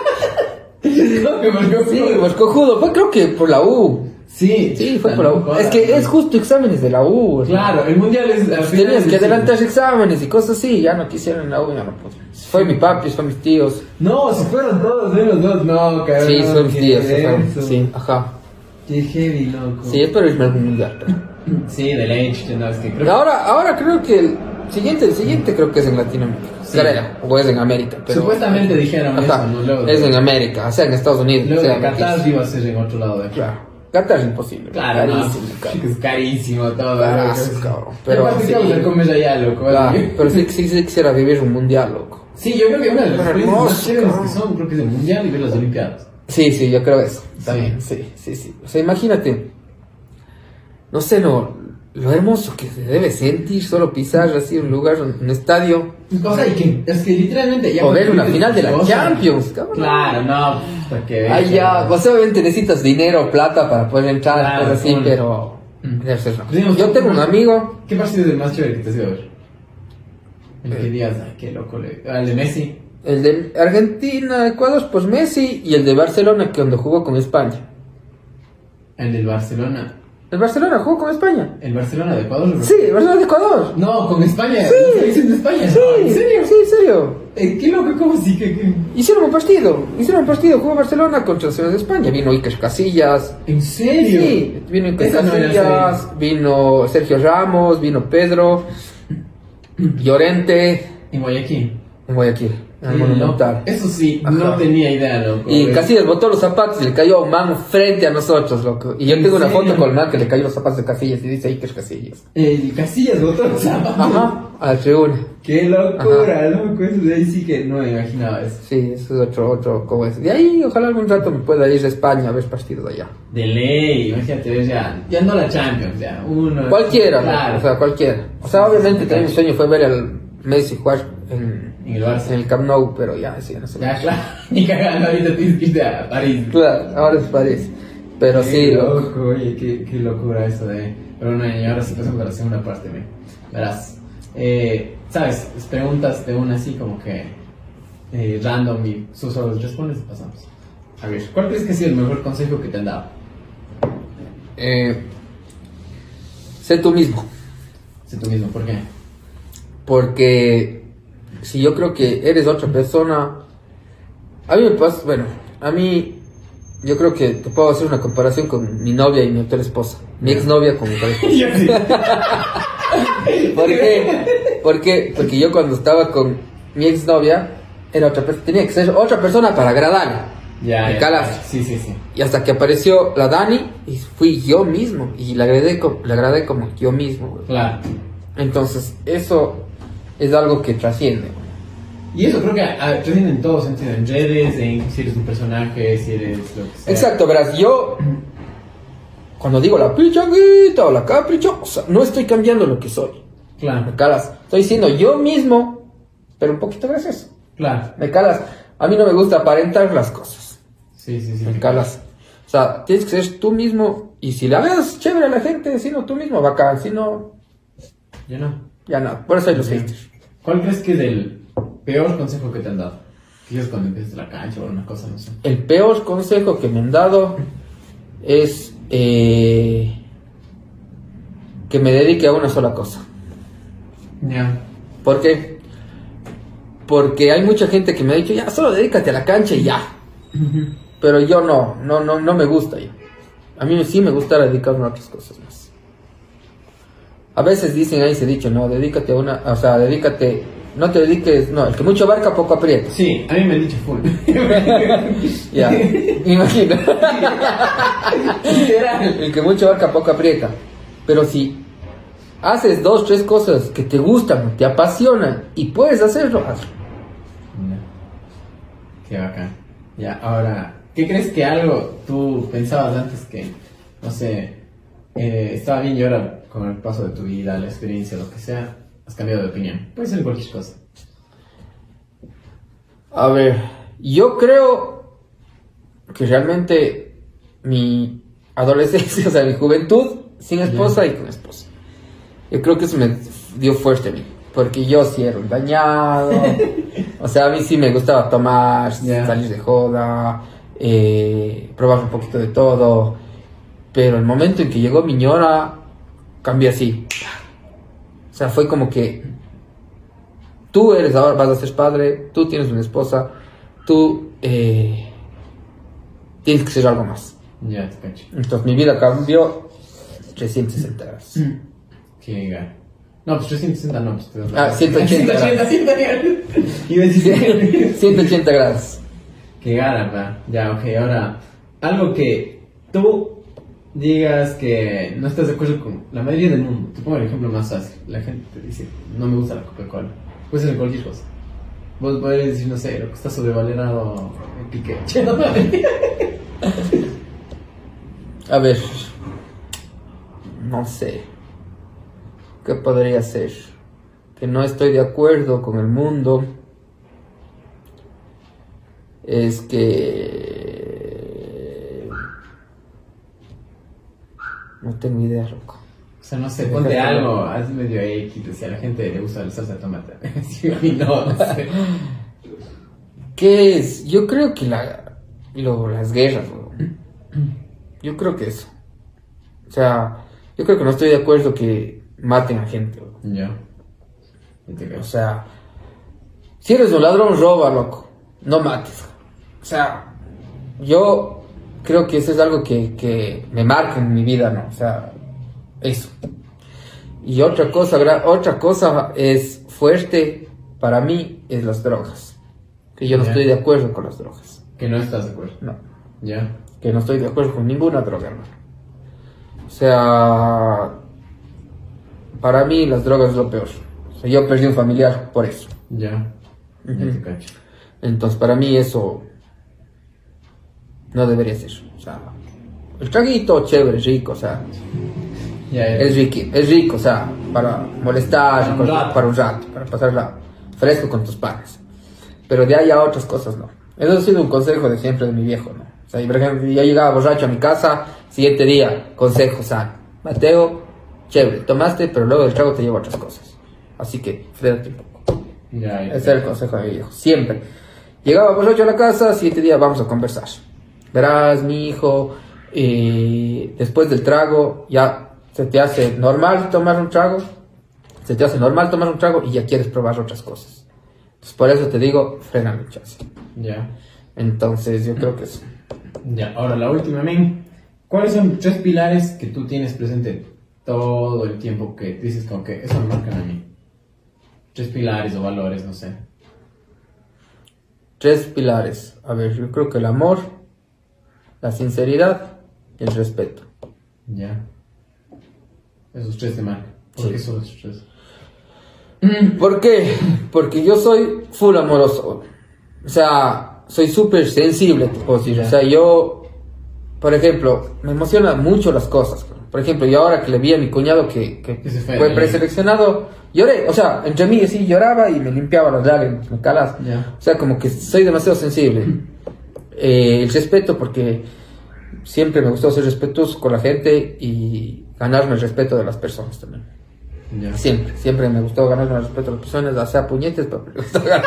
No, que marcó Sí, todo. por cojudo. Fue creo que por la U. Sí, Sí, fue por la U. Es que es justo exámenes de la U. Claro, el mundial es. al final Tenías es- que adelantar exámenes y cosas así, ya no quisieron en la U, ya no pude. Fue mi papi, fue mis tíos. No, si fueron todos de los dos, no, cabrón. Sí, fue mis qué tíos, se fueron. denso. Sí, ajá. Qué heavy, loco. Sí, espero irme a algún mundial. pero- Sí, de ley, chucha, no, es que creo Ahora, ahora creo que el siguiente, el siguiente creo que es en Latinoamérica. Sí. Creo, o es en América. que Pero, supuestamente dijeron ajá, eso, ¿no? Luego es de, en América, o sea, en Estados Unidos. luego o sea, de Qatar aquí. iba a ser en otro lado de aquí. Claro. Qatar es imposible. Claro, no, carísimo, caro. es carísimo todo. Carazo, loco. cabrón. Pero Pero aparte, sí. ¿qué comes allá, loco? Claro, Así. pero sí, sí, sí quisiera vivir un mundial, loco. Sí, yo creo que una de las Pero experiencias más hermoso, chéveres cabrón. que son, creo que es el mundial y ver las olimpiadas. Sí, sí, yo creo eso. También, Sí. sí, sí, sí. O sea, imagínate, no sé, no, lo hermoso que se debe sentir solo pisar así un lugar, un estadio, O sea, y que, es que literalmente ya o ver cuando una vives final de la cosas- Champions, cabrón. Claro, no, para que veas. Ahí ya, pues obviamente necesitas dinero, plata para poder entrar, Claro, cosas así, cool. pero Mm. debe ser rápido. Digamos, Yo tengo un amigo, ¿Qué partido es el más chévere que te has ido a ver? El que Eh. digas, ay, qué loco. Le... Ah, el de Messi. el de Argentina, Ecuador, pues Messi, y el de Barcelona, que cuando jugó con España. El del Barcelona. El Barcelona jugó con España. ¿El Barcelona de Ecuador? Sí, el Barcelona de Ecuador. No, con España. Sí. ¿La selección de España? Sí, No, ¿en serio? sí, en serio. Eh, qué loco, ¿cómo sí? que que- Hicieron un partido, hicieron un partido, jugó Barcelona contra la selección de España, vino Iker Casillas, ¿En serio? sí, vino Iker Esa no era Casillas, vino Sergio Ramos, vino Pedro, Llorente, En Guayaquil. en Guayaquil, en el Qué Monumental. loco. Eso sí, Ajá. no tenía idea, loco. Y Eh, Casillas botó los zapatos y le cayó a un man frente a nosotros, loco. Y yo ¿En tengo una serio? foto con el man que le cayó los zapatos de Casillas y dice Iker Casillas. El Casillas botó los zapatos. Ajá, a la tribuna. Qué locura, loco. Eso de ahí sí que no me imaginaba eso. Sí, eso es otro, otro, como es. De ahí, ojalá algún rato me pueda ir a España a ver partidos allá. De ley, imagínate, ves ya. Ya no la Champions, ya. Uno. Cualquiera, Claro. ¿no? O sea, cualquiera. O sea, obviamente también mi sueño fue ver al Messi jugar en, En el Barça. en el Camp Nou, pero ya, sí, no sé. Ya, claro. Ni cagando, ahorita tienes que irte a París. Claro, ahora es París. Pero Qué sí, loco. loco, oye, qué, qué locura eso de... Pero bueno, y ahora sí pasamos a la segunda parte, me. Verás. Eh, ¿Sabes? Las preguntas de una así como que... Eh, random y sus solo respondes y pasamos. A ver, ¿cuál crees que ha sido el mejor consejo que te han dado? Eh, sé tú mismo. Sé tú mismo, ¿por qué? Porque si yo creo que eres otra persona, a mí me pasa, bueno, a mí yo creo que te puedo hacer una comparación con mi novia y mi actual esposa, mi exnovia con mi actual esposa. Yo sí. ¿Por qué? ¿Por qué? Porque yo cuando estaba con mi exnovia era otra persona, tenía que ser otra persona para agradarle. Ya, Me ya. calas. Sí, sí, sí. Y hasta que apareció la Dani y fui yo mismo y le agradé, co- le agradé como yo mismo, güey. Claro. Entonces eso es algo que trasciende. Y eso creo que ah, trasciende en todo sentido, en redes, en si eres un personaje, si eres lo que sea. Exacto, verás, yo cuando digo la pichanguita o la caprichosa, no estoy cambiando lo que soy. Claro, Me calas. Estoy siendo yo mismo, pero un poquito gracioso. claro. Me calas. A mí no me gusta aparentar las cosas. Sí, sí, sí. Me calas. O sea, tienes que ser tú mismo. Y si la ves chévere a la gente, siendo tú mismo, bacán. Si no, Yo no. ya nada. Por eso hay los Sí. haters. ¿Cuál crees que es el peor consejo que te han dado? Quizás cuando empiezas la cancha o una cosa, no sé. El peor consejo que me han dado es eh, que me dedique a una sola cosa. Ya. ¿Por qué? Porque hay mucha gente que me ha dicho, ya, solo dedícate a la cancha y ya. Pero yo no, no, no, no me gusta ya. A mí sí me gusta dedicarme a otras cosas más. A veces dicen ahí se ha dicho, no, dedícate a una, o sea, dedícate, no te dediques, no, el que mucho abarca poco aprieta. Sí, a mí me han dicho full. Ya, me imagino. El que mucho abarca poco aprieta. Pero si haces dos, tres cosas que te gustan, te apasionan y puedes hacerlo, hazlo. Ya. Qué bacán. Ya, ahora, ¿qué crees que algo tú pensabas antes que, no sé, eh, estaba bien y ahora con el paso de tu vida, la experiencia, lo que sea, has cambiado de opinión? Puede ser cualquier cosa. A ver, yo creo que realmente mi adolescencia, o sea, mi juventud sin esposa y con esposa. Yo creo que eso me dio fuerte a mí, porque yo sí era un dañado. O sea, a mí sí me gustaba tomar, Yeah. salir de joda, eh, probar un poquito de todo. Pero el momento en que llegó mi ñora, cambié así. O sea, fue como que tú eres ahora, vas a ser padre, tú tienes una esposa, tú eh, tienes que ser algo más. Ya, te cacho. Entonces mi vida cambió trescientos sesenta grados. Qué gana. No, pues trescientos sesenta no, pues te Ah, ciento ochenta ciento ochenta, Iba a decir. ciento ochenta grados. Qué gana, pa. Ya, ok, ahora, algo que tú digas que no estás de acuerdo con la mayoría del mundo. Te pongo el ejemplo más fácil. La gente te dice, no me gusta la Coca-Cola. Puede ser cualquier cosa. Vos podés decir, no sé, lo que está sobrevalorado en pique. Che, no, A ver, no sé. ¿Qué podría ser? Que no estoy de acuerdo con el mundo. Es que... No tengo idea, loco. O sea, no sé, ponte algo, haz medio X, si a la gente le gusta la salsa de tomate. Sí, a mí no, no sé. ¿Qué es? Yo creo que la, lo, las guerras, weón. Yo creo que eso. O sea, yo creo que no estoy de acuerdo que maten a gente, weón. Ya. Ya te O creo. sea, si eres un ladrón, roba, loco. No mates. O sea, yo creo que eso es algo que, que me marca en mi vida, ¿no? O sea, eso. Y otra cosa, gra- otra cosa es fuerte para mí es las drogas. Que yo no Ya. estoy de acuerdo con las drogas. Que no estás de acuerdo. No. Ya. Que no estoy de acuerdo con ninguna droga, hermano. O sea, para mí las drogas es lo peor. O sea, yo perdí un familiar por eso. Ya. Ya Ujú. te cacho. Entonces, para mí eso no debería ser. O sea, el traguito, chévere, rico, o sea, Ya, ya. es rico, es rico, o sea, para molestar, Para un para, rato. para un rato, para pasarla fresco con tus padres. Pero de ahí a otras cosas no. Eso ha sido un consejo de siempre de mi viejo, ¿no? O sea, por ejemplo, yo llegaba borracho a mi casa, siguiente día, consejo sano. Mateo, chévere, tomaste, pero luego del trago te llevo a otras cosas. Así que, fréate un poco. Ya, ya. Ese era el consejo de mi viejo, siempre. Llegaba borracho a la casa, siguiente día vamos a conversar. Verás, mi hijo, eh, después del trago, ya se te hace normal tomar un trago, se te hace normal tomar un trago y ya quieres probar otras cosas. Entonces, por eso te digo, frena mi chance. Ya. Entonces, yo creo que es... Ya, ahora la última, men. ¿Cuáles son tres pilares que tú tienes presente todo el tiempo que dices como que eso me marcan a mí? Tres pilares o valores, no sé. Tres pilares. A ver, yo creo que el amor, la sinceridad y el respeto. Ya. Esos tres te marcan. ¿Por Sí. qué son esos tres? ¿Por qué? Porque yo soy full amoroso. O sea, soy súper sensible, te puedo decir. O sea, yo, por ejemplo, me emocionan mucho las cosas. Por ejemplo, yo ahora que le vi a mi cuñado que, que Que se fue, fue ¿no? preseleccionado, lloré. O sea, entre mí sí lloraba y me limpiaba las lágrimas, me calas. Ya. O sea, como que soy demasiado sensible. Eh, el respeto, porque siempre me gustó ser respetuoso con la gente y ganarme el respeto de las personas también. Ya. Siempre, siempre me gustó ganarme el respeto de las personas, ya sea puñetes, pero me gustó ganar.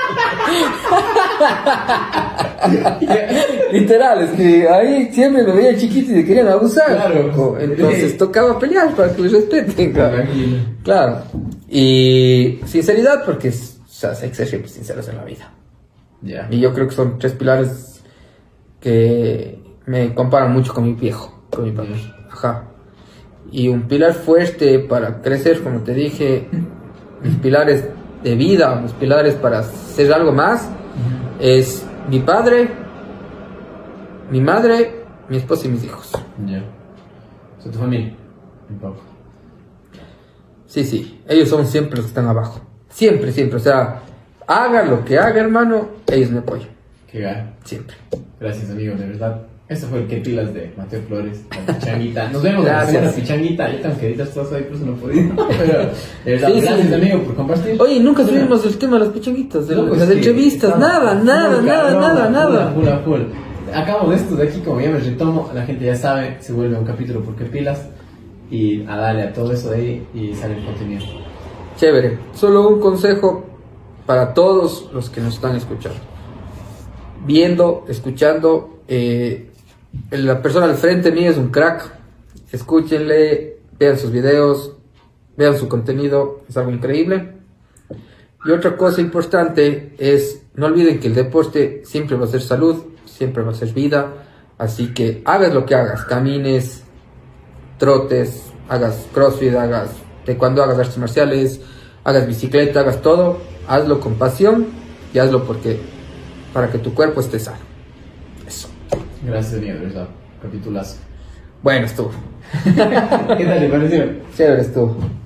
Literal, es que ahí siempre me veía chiquito y me querían abusar. Claro. loco. Entonces tocaba pelear para que me respeten. Claro. Tranquilo. Claro. Y sinceridad, porque es- o sea, hay que ser siempre sinceros en la vida. Ya. Y yo creo que son tres pilares que me comparan mucho con mi viejo, con mi papá. Ajá. Y un pilar fuerte para crecer, como te dije, mis pilares de vida, mis pilares para ser algo más, es mi padre, mi madre, mi esposa y mis hijos. Ya. O sea, tu familia. Un poco. Sí, sí, ellos son siempre los que están abajo. Siempre, siempre. O sea, haga lo que haga, hermano, ellos me apoyan. Qué gana. Siempre. Gracias, amigo, de verdad. Eso fue el que pilas de Mateo Flores, la pichanguita. Nos vemos Gracias. en la semana, pichanguita. Yo tengo que editar todo eso ahí, por eso no he podido. Pero, de verdad, Sí, sí. gracias, amigo, por compartir. Oye, nunca subimos el tema de las pichanguitas, de Loco, las es que entrevistas, estamos nada, nada, full, nada, cabrón, nada, nada. Full, full, full. Acabo de esto de aquí, como ya me retomo, la gente ya sabe, se vuelve un capítulo porque pilas. Y a darle a todo eso de ahí y sale el contenido. Chévere. Solo un consejo para todos los que nos están escuchando. Viendo, escuchando, eh, la persona al frente mío es un crack. Escúchenle, vean sus videos, vean su contenido, es algo increíble. Y otra cosa importante es, no olviden que el deporte siempre va a ser salud, siempre va a ser vida. Así que hagas lo que hagas, camines, trotes, hagas crossfit, hagas taekwondo, hagas artes marciales, hagas bicicleta, hagas todo, hazlo con pasión y hazlo porque para que tu cuerpo esté sano. Eso. Gracias, amigo, de verdad. Capitulazo. Bueno, estuvo. ¿Qué tal le pareció? Chévere estuvo.